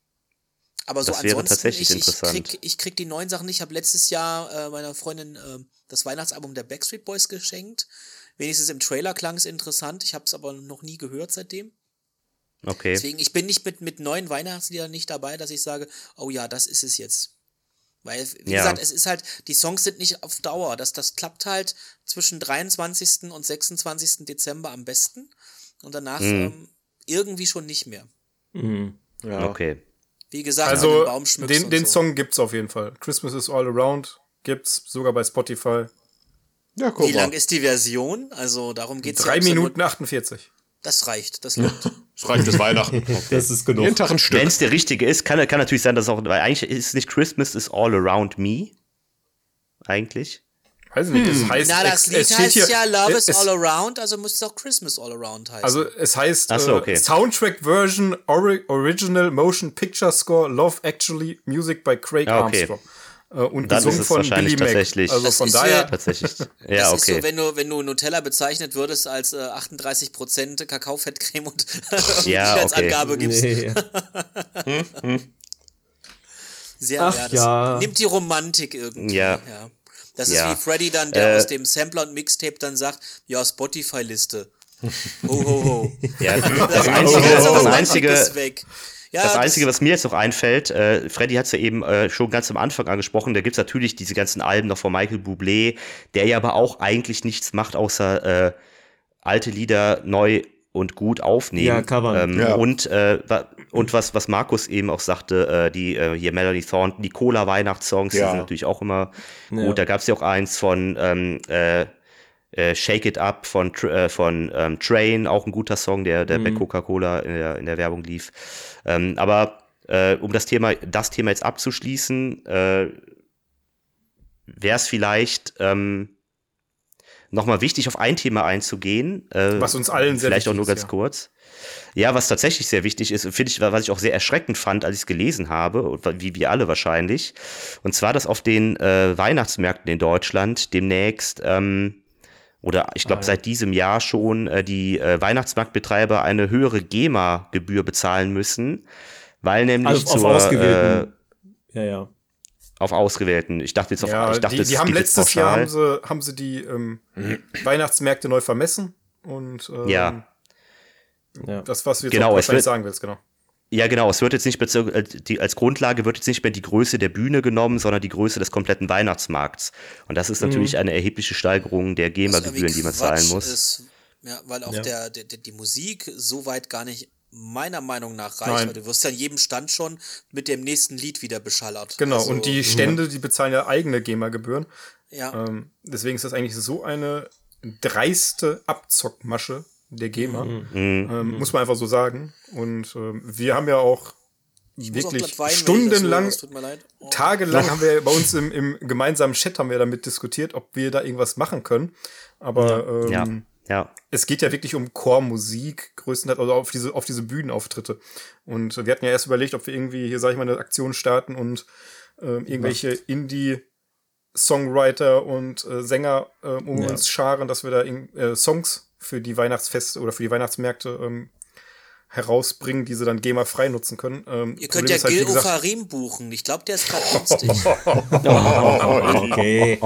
aber so Das wäre ansonsten, tatsächlich ich, ich, interessant. krieg, ich krieg die neuen Sachen nicht. Ich habe letztes Jahr äh, meiner Freundin äh, das Weihnachtsalbum der Backstreet Boys geschenkt. Wenigstens im Trailer klang es interessant. Ich habe es aber noch nie gehört seitdem. Okay. Deswegen, ich bin nicht mit, mit neuen Weihnachtsliedern nicht dabei, dass ich sage, oh ja, das ist es jetzt. Weil, wie Ja. gesagt, es ist halt, die Songs sind nicht auf Dauer. Das, das klappt halt zwischen dreiundzwanzigsten und sechsundzwanzigsten Dezember am besten. Und danach ähm, irgendwie schon nicht mehr. Mhm. Ja. Okay. Wie gesagt, wenn du Also, einen Baum schmückst den, und den so. Song gibt's auf jeden Fall. Christmas is All Around gibt's sogar bei Spotify. Ja, guck Wie mal. lang ist die Version? Also darum geht's Drei ja absolut- Minuten achtundvierzig. Das reicht, das langt. Das reicht bis Weihnachten. Das ist genug. Jeden Tag ein Stück. Wenn es der richtige ist, kann, kann natürlich sein, dass auch, weil eigentlich ist es nicht Christmas is all around me. Eigentlich. Weiß ich nicht, es heißt, Na, das es, Lied es steht heißt hier, ja Love is es, All Around, also muss es auch Christmas All Around heißen. Also es heißt Ach so, äh, okay. Soundtrack Version Ori Original Motion Picture Score Love Actually Music by Craig Ah, okay. Armstrong. Äh, und Dann gesungen ist es von wahrscheinlich Billy Mac. tatsächlich- Also Das von ist daher, ja- Tatsächlich. das Ja, ist okay. so, wenn du, wenn du Nutella bezeichnet würdest als äh, achtunddreißig Prozent Kakaofettcreme und irgendwie Ja, als okay. Angabe gibst. Nee. Sehr, Ach ja, das ja. nimmt die Romantik irgendwie. Ja. Ja. Das Ja. ist wie Freddy dann, der Äh, aus dem Sampler und Mixtape dann sagt, ja, Spotify-Liste. Ho, ho, ho. Ja, das Das Einzige, ganze das Romantik Einzige, ist weg. Ja, das Einzige, was mir jetzt noch einfällt, äh, Freddy hat es ja eben äh, schon ganz am Anfang angesprochen, da gibt es natürlich diese ganzen Alben noch von Michael Bublé, der ja aber auch eigentlich nichts macht, außer äh, alte Lieder neu und gut aufnehmen. Ja, covern. Ähm, Ja. Und, äh, wa- und was, was Markus eben auch sagte, äh, die äh, hier Melody Thornton, die Cola-Weihnachtssongs, die Ja. sind natürlich auch immer Ja. gut. Da gab es ja auch eins von ähm, äh, äh, Shake It Up von, Tr- äh, von ähm, Train, auch ein guter Song, der, der bei Coca-Cola in der, in der Werbung lief. Ähm, aber äh, um das Thema, das Thema jetzt abzuschließen, äh, wäre es vielleicht ähm, nochmal wichtig, auf ein Thema einzugehen. Äh, was uns allen sehr Vielleicht auch wichtig nur ist, ganz ja. kurz. Ja, was tatsächlich sehr wichtig ist, finde ich, was ich auch sehr erschreckend fand, als ich es gelesen habe, und wie wir alle wahrscheinlich. Und zwar, dass auf den äh, Weihnachtsmärkten in Deutschland demnächst ähm, oder ich glaube seit diesem Jahr schon äh, die äh, Weihnachtsmarktbetreiber eine höhere GEMA-Gebühr bezahlen müssen, weil nämlich Also auf zur, ausgewählten. Ja, ja. auf ausgewählten. Ich dachte jetzt auf, Ja, ich dachte, die, es die haben geht jetzt letztes Jahr haben pauschal. sie, haben sie die ähm, Weihnachtsmärkte neu vermessen und ähm, Ja. Ja. das, was du jetzt Genau, auch es wahrscheinlich wird- sagen willst, genau. Ja, genau. Es wird jetzt nicht bezo- äh, die, als Grundlage wird jetzt nicht mehr die Größe der Bühne genommen, sondern die Größe des kompletten Weihnachtsmarkts. Und das ist natürlich eine erhebliche Steigerung der Was GEMA-Gebühren, irgendwie die man Quatsch zahlen muss. Ist, ja, weil auch Ja. der, der, der, die Musik so weit gar nicht meiner Meinung nach reicht, Nein. weil du wirst ja an jedem Stand schon mit dem nächsten Lied wieder beschallert. Genau, Also, und die Stände, die bezahlen ja eigene GEMA-Gebühren. ja, Ähm, deswegen ist das eigentlich so eine dreiste Abzockmasche der GEMA. Mhm. Ähm, muss man einfach so sagen. Und ähm, wir haben ja auch ich muss auch wirklich glatt weinen, wenn ich das stundenlang, höre, es tut mir leid. Oh. tagelang haben wir bei uns im, im gemeinsamen Chat haben wir damit diskutiert, ob wir da irgendwas machen können. Aber ähm, Ja, ja. es geht ja wirklich um Chormusik, größtenteils, also auf diese, auf diese Bühnenauftritte. Und wir hatten ja erst überlegt, ob wir irgendwie hier, sag ich mal, eine Aktion starten und ähm, irgendwelche Indie-Songwriter und äh, Sänger äh, um Ja. uns scharen, dass wir da in, äh, Songs für die Weihnachtsfeste oder für die Weihnachtsmärkte ähm, herausbringen, die sie dann GEMA-frei nutzen können. Ähm, Ihr Problem könnt ja ist halt, wie Gil gesagt, Ocharim buchen. Ich glaube, der ist gerade günstig. Okay.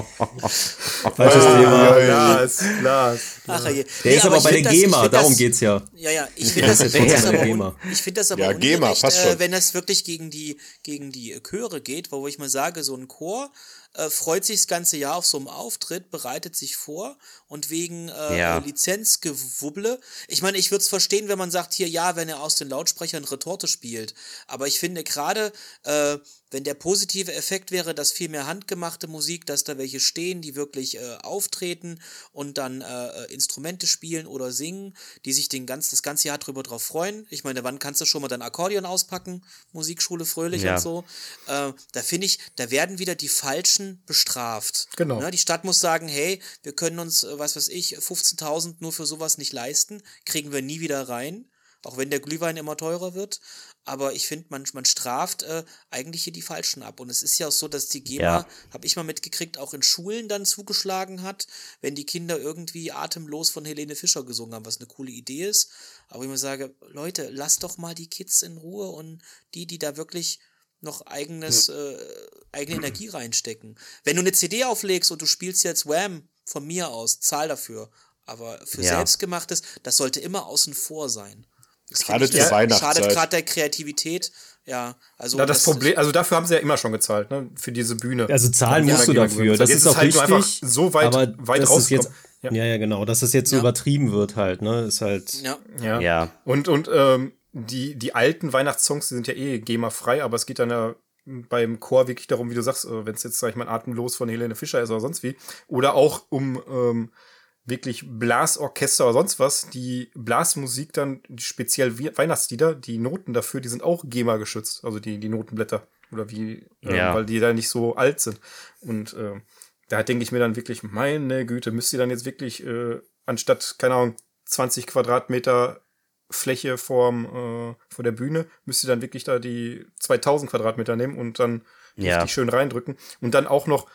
Falsches Thema. Lars, Lars. Ach, je. Der ist aber ich bei der find das- ich GEMA, find darum das- geht's ja. Ja, ja, ich finde das, Der ich find ist das bei aber, der un, GEMA. ich find das aber Ja, GEMA, ungerecht, passt schon. äh, wenn das wirklich gegen die, gegen die Chöre geht, wo ich mal sage, so ein Chor äh, freut sich das ganze Jahr auf so einem Auftritt, bereitet sich vor und wegen äh, Ja. Lizenzgewubble, ich meine, ich würde es verstehen, wenn man sagt, hier, ja, wenn er aus den Lautsprechern Retorte spielt, aber ich finde gerade, äh, wenn der positive Effekt wäre, dass viel mehr handgemachte Musik, dass da welche stehen, die wirklich äh, auftreten und dann äh, Instrumente spielen oder singen, die sich den ganz, das ganze Jahr drüber drauf freuen. Ich meine, wann kannst du schon mal dein Akkordeon auspacken? Musikschule Fröhlich Ja. und so. Äh, da finde ich, da werden wieder die Falschen bestraft. Genau. Ne, die Stadt muss sagen, hey, wir können uns, äh, was weiß ich, fünfzehntausend nur für sowas nicht leisten, kriegen wir nie wieder rein. Auch wenn der Glühwein immer teurer wird. Aber ich finde, man, man straft äh, eigentlich hier die Falschen ab. Und es ist ja auch so, dass die GEMA, Ja. habe ich mal mitgekriegt, auch in Schulen dann zugeschlagen hat, wenn die Kinder irgendwie atemlos von Helene Fischer gesungen haben, was eine coole Idee ist. Aber ich mir sage, Leute, lasst doch mal die Kids in Ruhe und die, die da wirklich noch eigenes, äh, eigene Energie reinstecken. Wenn du eine C D auflegst und du spielst jetzt Wham von mir aus, zahl dafür. Aber für Ja. Selbstgemachtes, das sollte immer außen vor sein. Das Gerade finde ich, zur das Weihnachtszeit. schadet gerade der Kreativität. Ja, also Ja, das Problem, also dafür haben sie ja immer schon gezahlt, ne, für diese Bühne. Also zahlen Ja, musst du GEMA dafür. Das Jetzt ist auch halt nur richtig. einfach so weit, aber weit dass es jetzt, rausgekommen. ja. Ja. ja, genau, dass das jetzt so Ja. übertrieben wird halt, ne, ist halt. Ja, Ja. Ja. Und, und ähm, die, die alten Weihnachtssongs, die sind ja eh GEMA-frei, aber es geht dann ja beim Chor wirklich darum, wie du sagst, äh, wenn es jetzt, sag ich mal, Atemlos von Helene Fischer ist oder sonst wie. Oder auch um ähm, wirklich Blasorchester oder sonst was. Die Blasmusik dann, speziell We- Weihnachtslieder, die Noten dafür, die sind auch GEMA geschützt. Also die, die Notenblätter. Oder wie, äh, Ja. weil die da nicht so alt sind. Und äh, da denke ich mir dann wirklich, meine Güte, müsst ihr dann jetzt wirklich äh, anstatt, keine Ahnung, zwanzig Quadratmeter Fläche vorm, äh, vor der Bühne, müsst ihr dann wirklich da die zweitausend Quadratmeter nehmen und dann Ja. richtig schön reindrücken. Und dann auch noch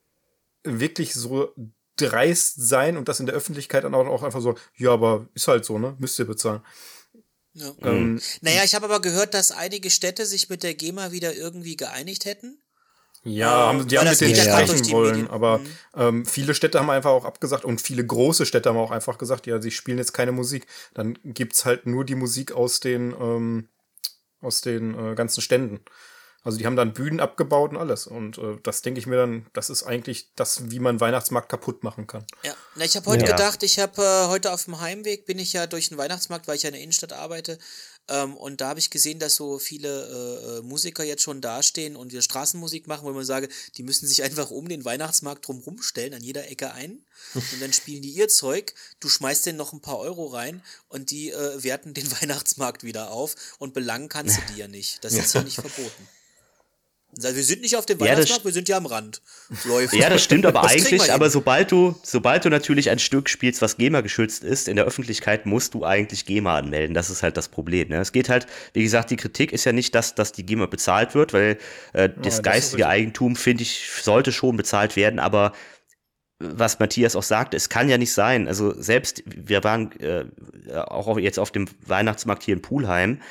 wirklich so dreist sein und das in der Öffentlichkeit dann auch, auch einfach so, ja, aber ist halt so, ne? Müsst ihr bezahlen. ja. Ähm, Naja, ich habe aber gehört, dass einige Städte sich mit der GEMA wieder irgendwie geeinigt hätten. Ja, Äh, haben, die weil haben das mit denen geht ja gerade durch sprechen die wollen, Medien. aber Mhm. ähm, viele Städte haben einfach auch abgesagt und viele große Städte haben auch einfach gesagt, ja, sie spielen jetzt keine Musik. Dann gibt's halt nur die Musik aus den, ähm, aus den äh, ganzen Ständen. Also die haben dann Bühnen abgebaut und alles. Und äh, das denke ich mir dann, das ist eigentlich das, wie man Weihnachtsmarkt kaputt machen kann. Ja, na, ich habe heute Ja. gedacht, ich habe äh, heute auf dem Heimweg, bin ich ja durch den Weihnachtsmarkt, weil ich ja in der Innenstadt arbeite, ähm, und da habe ich gesehen, dass so viele äh, Musiker jetzt schon dastehen und wir Straßenmusik machen, wo ich mal sage, die müssen sich einfach um den Weihnachtsmarkt drumherum stellen, an jeder Ecke ein, und dann spielen die ihr Zeug, du schmeißt denen noch ein paar Euro rein und die äh, werten den Weihnachtsmarkt wieder auf und belangen kannst du die ja nicht. Das ist ja nicht verboten. Also wir sind nicht auf dem Ja, das Weihnachtsmarkt, st- wir sind ja am Rand. Läuft. Ja, das stimmt aber Das kriegen eigentlich, wir aber hin. sobald du, sobald du natürlich ein Stück spielst, was GEMA geschützt ist, in der Öffentlichkeit musst du eigentlich GEMA anmelden. Das ist halt das Problem. Ne? Es geht halt, wie gesagt, die Kritik ist ja nicht, dass, dass die GEMA bezahlt wird, weil äh, das das ist geistige richtig. Eigentum, finde ich, sollte schon bezahlt werden, aber was Matthias auch sagte, es kann ja nicht sein. Also selbst, wir waren äh, auch auf- jetzt auf dem Weihnachtsmarkt hier in Pulheim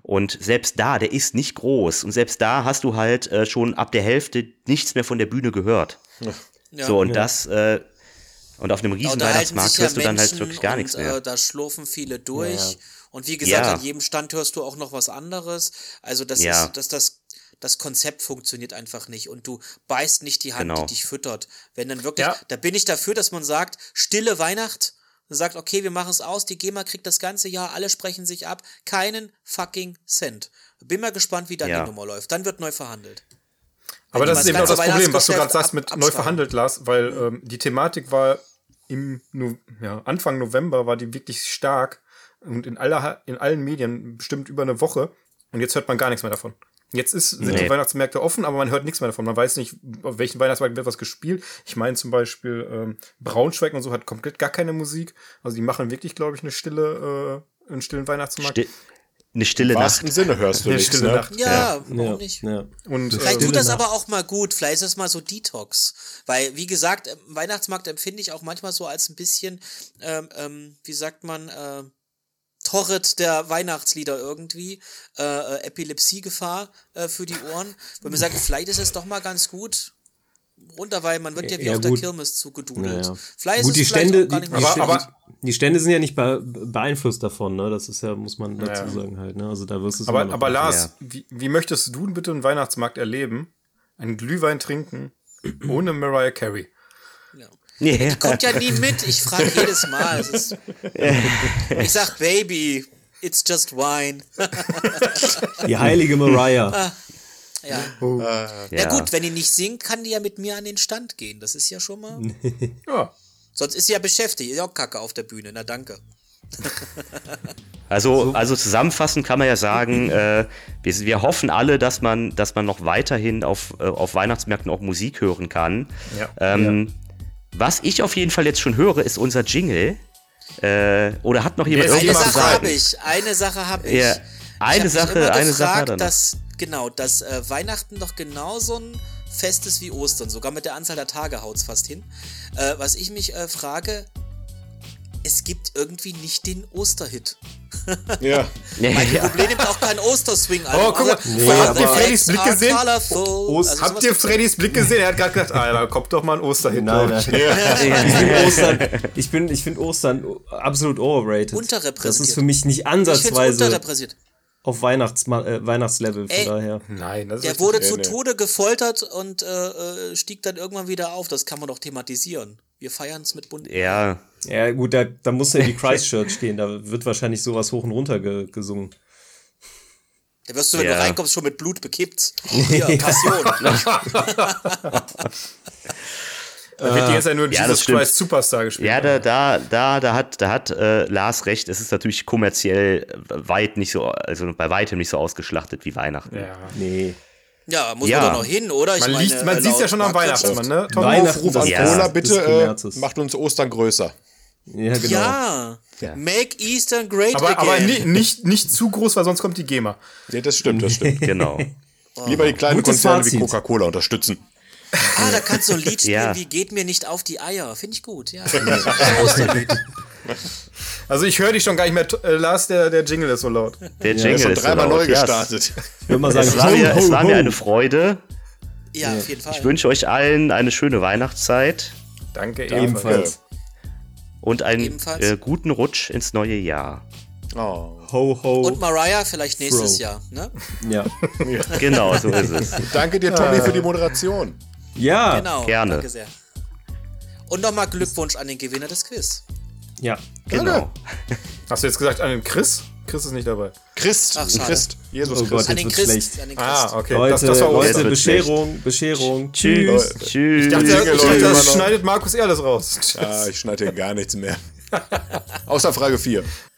Und selbst da, der ist nicht groß. Und selbst da hast du halt äh, schon ab der Hälfte nichts mehr von der Bühne gehört. Ja. So, und Ja. das, äh, und auf einem riesen Da halten Weihnachtsmarkt sich ja hörst du dann halt Menschen wirklich gar und, nichts mehr. Äh, da schlurfen viele durch. Ja. Und wie gesagt, Ja. an jedem Stand hörst du auch noch was anderes. Also das Ja. ist, dass das, das Konzept funktioniert einfach nicht und du beißt nicht die Hand, Genau. die dich füttert. Wenn dann wirklich, Ja. da bin ich dafür, dass man sagt, stille Weihnacht, und sagt, okay, wir machen es aus, die GEMA kriegt das ganze Jahr, alle sprechen sich ab, keinen fucking Cent. Bin mal gespannt, wie dann Ja. die Nummer läuft. Dann wird neu verhandelt. Aber Wenn das die ist mal eben auch das ganze Problem, was du gerade Weihnachtsgeschäft sagst mit ab- neu abschreiben. verhandelt, Lars, weil ähm, die Thematik war im no ja, Anfang November war die wirklich stark und in aller in allen Medien bestimmt über eine Woche und jetzt hört man gar nichts mehr davon. Jetzt ist, sind Nee. die Weihnachtsmärkte offen, aber man hört nichts mehr davon. Man weiß nicht, auf welchen Weihnachtsmarkt wird was gespielt. Ich meine zum Beispiel ähm, Braunschweig und so hat komplett gar keine Musik. Also die machen wirklich, glaube ich, eine stille, äh, einen stillen Weihnachtsmarkt. Sti eine stille Im Nacht. wahrsten Sinne hörst du Eine nichts, stille ne? Nacht. Ja, warum Ja, nicht? ja. Und Vielleicht äh, tut das Nacht. aber auch mal gut. Vielleicht ist das mal so Detox. Weil, wie gesagt, im Weihnachtsmarkt empfinde ich auch manchmal so als ein bisschen, ähm, ähm, wie sagt man, äh, Torret der Weihnachtslieder irgendwie, äh, äh, Epilepsiegefahr äh, für die Ohren. Weil mir sagt, vielleicht ist es doch mal ganz gut runter, weil man wird ja wie Ja, auf der gut. Kirmes zugedudelt. Ja, ja. Vielleicht Gut, ist die es vielleicht Stände, auch gar die, nicht die, mal Aber- schlecht. aber- die Stände sind ja nicht be beeinflusst davon, ne? Das ist ja, muss man dazu Ja. sagen halt, ne? Also da wirst du es Aber, immer noch aber machen. Lars, ja. wie, wie möchtest du bitte einen Weihnachtsmarkt erleben? Einen Glühwein trinken ohne Mariah Carey? Ja. Nee. Kommt ja nie mit. Ich frage jedes Mal. Es ist, ich sag, Baby, it's just wine. Die heilige Mariah. Ja. Ja. Ja gut, wenn die nicht singt, kann die ja mit mir an den Stand gehen. Das ist ja schon mal. Ja. Sonst ist sie ja beschäftigt. Ist ja auch Kacke auf der Bühne. Na danke. Also, also zusammenfassend kann man ja sagen, äh, wir, wir hoffen alle, dass man, dass man noch weiterhin auf, äh, auf Weihnachtsmärkten auch Musik hören kann. Ja. Ähm, Was ich auf jeden Fall jetzt schon höre, ist unser Jingle. Äh, oder hat noch jemand Der ist Eine irgendwas zu Sache sagen? habe ich. Eine Sache habe ich. Ja, ich eine hab mich Sache, immer eine gefragt, Sache hat er noch. dass, genau, dass äh, Weihnachten doch genauso ein Fest ist wie Ostern. Sogar mit der Anzahl der Tage haut's fast hin. Äh, was ich mich äh, frage, es gibt irgendwie nicht den Osterhit. Ja. Michael Ja. Bublé nimmt auch keinen Osterswing an. Oh, guck mal, Also, habt ihr the Freddys lights Blick are gesehen? colorful. Ost, Also habt sowas ihr gibt's Freddys Blick gesehen? Er hat gerade gedacht, ah, da kommt doch mal ein Osterhit. Nein, glaub ich. Ich finde Ostern, ich bin, ich finde Ostern absolut overrated. Unterrepräsentiert. Das ist für mich nicht Ich finde es ansatzweise unterrepräsentiert. auf Weihnachts äh, Weihnachtslevel, von Ey. daher. Nein, das ist Der richtig. wurde Nee, zu nee. Tode gefoltert und äh, äh, stieg dann irgendwann wieder auf. Das kann man doch thematisieren. Wir feiern es mit bunt. Ja, Ja, gut, da, da muss er in die Christchurch gehen, da wird wahrscheinlich sowas hoch und runter ge gesungen. Da wirst du, wenn Ja. du reinkommst, schon mit Blut bekippt. Hier, Passion. Da wird die jetzt ja nur Ja, das Jesus stimmt. Christ Superstar gespielt. ja, da, da, da, da hat, da hat äh, Lars recht. Es ist natürlich kommerziell weit nicht so, also bei weitem nicht so ausgeschlachtet wie Weihnachten. Ja. Nee. Ja, muss Ja. man doch noch hin, oder? Ich Man, meine, liest, man äh, sieht es ja laut schon am Marktwirtschaft. Weihnachtsmann, ne? Tom? Weihnachten, Aufruf an das- Ja, Cola, des bitte, Kommerzes. äh, macht uns Ostern größer. Ja, genau. Ja. Ja. Make Eastern great Aber, again. aber ni- nicht, nicht zu groß, weil sonst kommt die GEMA. Ja, das stimmt, das stimmt. Genau. Lieber die kleinen Gutes Konzerne Fazit. wie Coca-Cola unterstützen. Ah, da kannst du ein Lied spielen, Ja. wie geht mir nicht auf die Eier. Finde ich gut, ja. Ein Osterlied. Also ich höre dich schon gar nicht mehr, t- äh, Lars, der, der Jingle ist so laut. Der Der Jingle ist schon ist so dreimal laut. neu Ja, es- gestartet. Ich würde mal sagen, Es war, mir, ho, es war ho, mir ho. eine Freude. Ja, auf jeden Fall. Ich wünsche euch allen eine schöne Weihnachtszeit Danke, Ebenfalls. und einen Ebenfalls. äh, guten Rutsch ins neue Jahr. Oh. Ho, ho. Und Mariah vielleicht nächstes Bro. Jahr, ne? Ja. Genau, so ist es. Danke dir, Tommy, für die Moderation. Ja. Genau. gerne. Danke sehr. Und nochmal Glückwunsch an den Gewinner des Quiz. Ja. Genau. Hast du jetzt gesagt an den Chris? Chris ist nicht dabei. Christ, Ach, schade. Christ, Jesus Oh Gott. Christ. An den wird's Christ. schlecht. An den Christ. Ah, okay. Leute, das, das war Leute, Jetzt Ostern. wird's Bescherung, Bescherung. Tschüss. Tschüss. Tschüss. Ich dachte, ich Leute, dachte, immer das noch. schneidet Markus eh alles raus. Ah, ich schneide hier gar nichts mehr. Außer Frage vier.